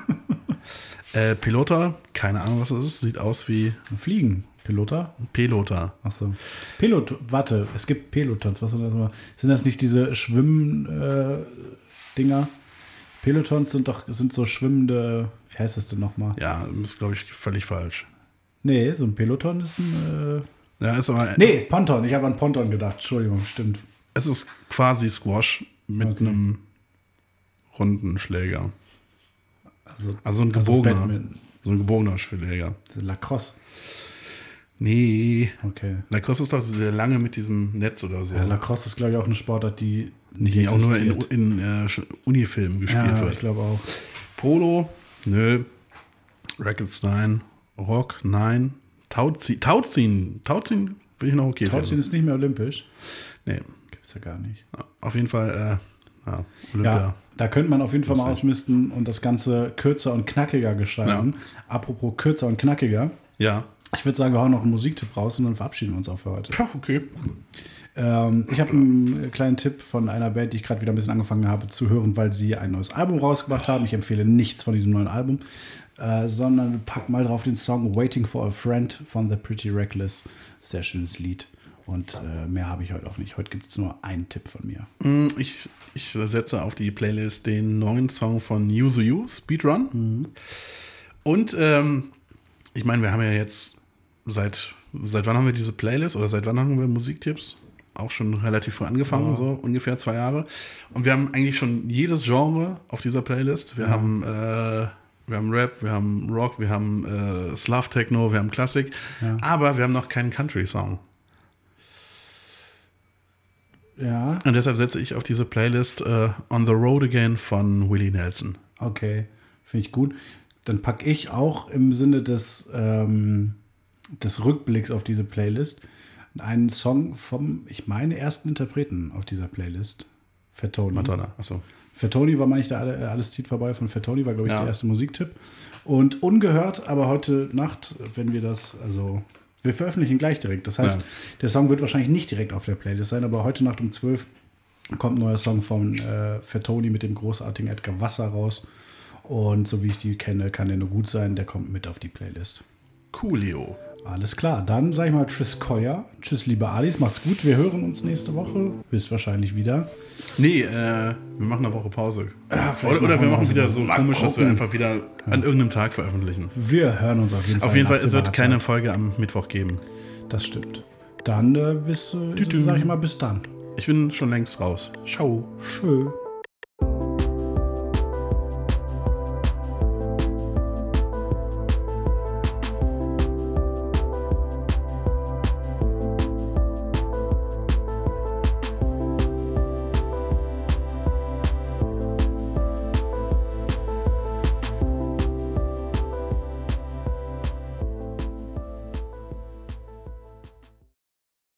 Pelota, keine Ahnung, was das ist. Sieht aus wie... Fliegen. Pelota? Pelota. Achso. Warte, es gibt Pelotons. Was sind das mal? Sind das nicht diese Schwimmen-Dinger? Pelotons sind so schwimmende... Wie heißt das denn nochmal? Ja, ist, glaube ich, völlig falsch. Nee, so ein Peloton ist ein... Ja, ist aber... Nee, Ponton. Ich habe an Ponton gedacht. Entschuldigung, stimmt. Es ist quasi Squash mit einem runden Schläger. Also ein gebogener Schläger. Lacrosse. Nee. Okay. Lacrosse ist doch sehr lange mit diesem Netz oder so. Ja, Lacrosse ist, glaube ich, auch eine Sportart, die nicht die existiert. auch nur in Unifilmen gespielt wird. Ich glaube auch. Polo? Nö. Rackets? Nein. Rock? Nein. Tauziehen will ich noch okay. Tauziehen ist nicht mehr olympisch? Nee. Gibt's ja gar nicht. Auf jeden Fall, Olympia. Ja, da könnte man auf jeden Fall mal ausmisten und das Ganze kürzer und knackiger gestalten. Ja. Apropos kürzer und knackiger. Ja. Ich würde sagen, wir hauen noch einen Musiktipp raus und dann verabschieden wir uns auch für heute. Ja, okay. Ich habe einen kleinen Tipp von einer Band, die ich gerade wieder ein bisschen angefangen habe zu hören, weil sie ein neues Album rausgebracht haben. Ich empfehle nichts von diesem neuen Album, sondern pack mal drauf den Song Waiting for a Friend von The Pretty Reckless. Sehr schönes Lied. Und mehr habe ich heute auch nicht. Heute gibt es nur einen Tipp von mir. Ich setze auf die Playlist den neuen Song von Yuzu You, Speedrun. Mhm. Und ich meine, wir haben ja jetzt seit wann haben wir diese Playlist oder seit wann haben wir Musiktipps? Auch schon relativ früh angefangen, so ungefähr 2 Jahre. Und wir haben eigentlich schon jedes Genre auf dieser Playlist. Wir haben Rap, wir haben Rock, wir haben Slav Techno, wir haben Klassik. Ja. Aber wir haben noch keinen Country-Song. Ja. Und deshalb setze ich auf diese Playlist On the Road Again von Willie Nelson. Okay, finde ich gut. Dann packe ich auch im Sinne des Rückblicks auf diese Playlist einen Song vom, ich meine, ersten Interpreten auf dieser Playlist. Fat Tony. Madonna, achso. Fat Tony war, meine ich, da alles zieht vorbei von Fat Tony, war, glaube ich, der erste Musiktipp. Und ungehört, aber heute Nacht, wenn wir das, also wir veröffentlichen gleich direkt. Das heißt, der Song wird wahrscheinlich nicht direkt auf der Playlist sein, aber heute Nacht um 12 kommt ein neuer Song von Fat Tony mit dem großartigen Edgar Wasser raus. Und so wie ich die kenne, kann der nur gut sein. Der kommt mit auf die Playlist. Coolio. Alles klar, dann sage ich mal tschüss Kolja, tschüss liebe Alice, macht's gut, wir hören uns nächste Woche, höchstwahrscheinlich wieder. Nee, wir machen eine Woche Pause. Ja, oder wir machen wieder so komisch, dass wir einfach wieder an irgendeinem Tag veröffentlichen. Wir hören uns auf jeden Fall. Auf jeden Fall, es wird keine Folge am Mittwoch geben. Das stimmt. Dann sag ich mal bis dann. Ich bin schon längst raus. Ciao. Tschö.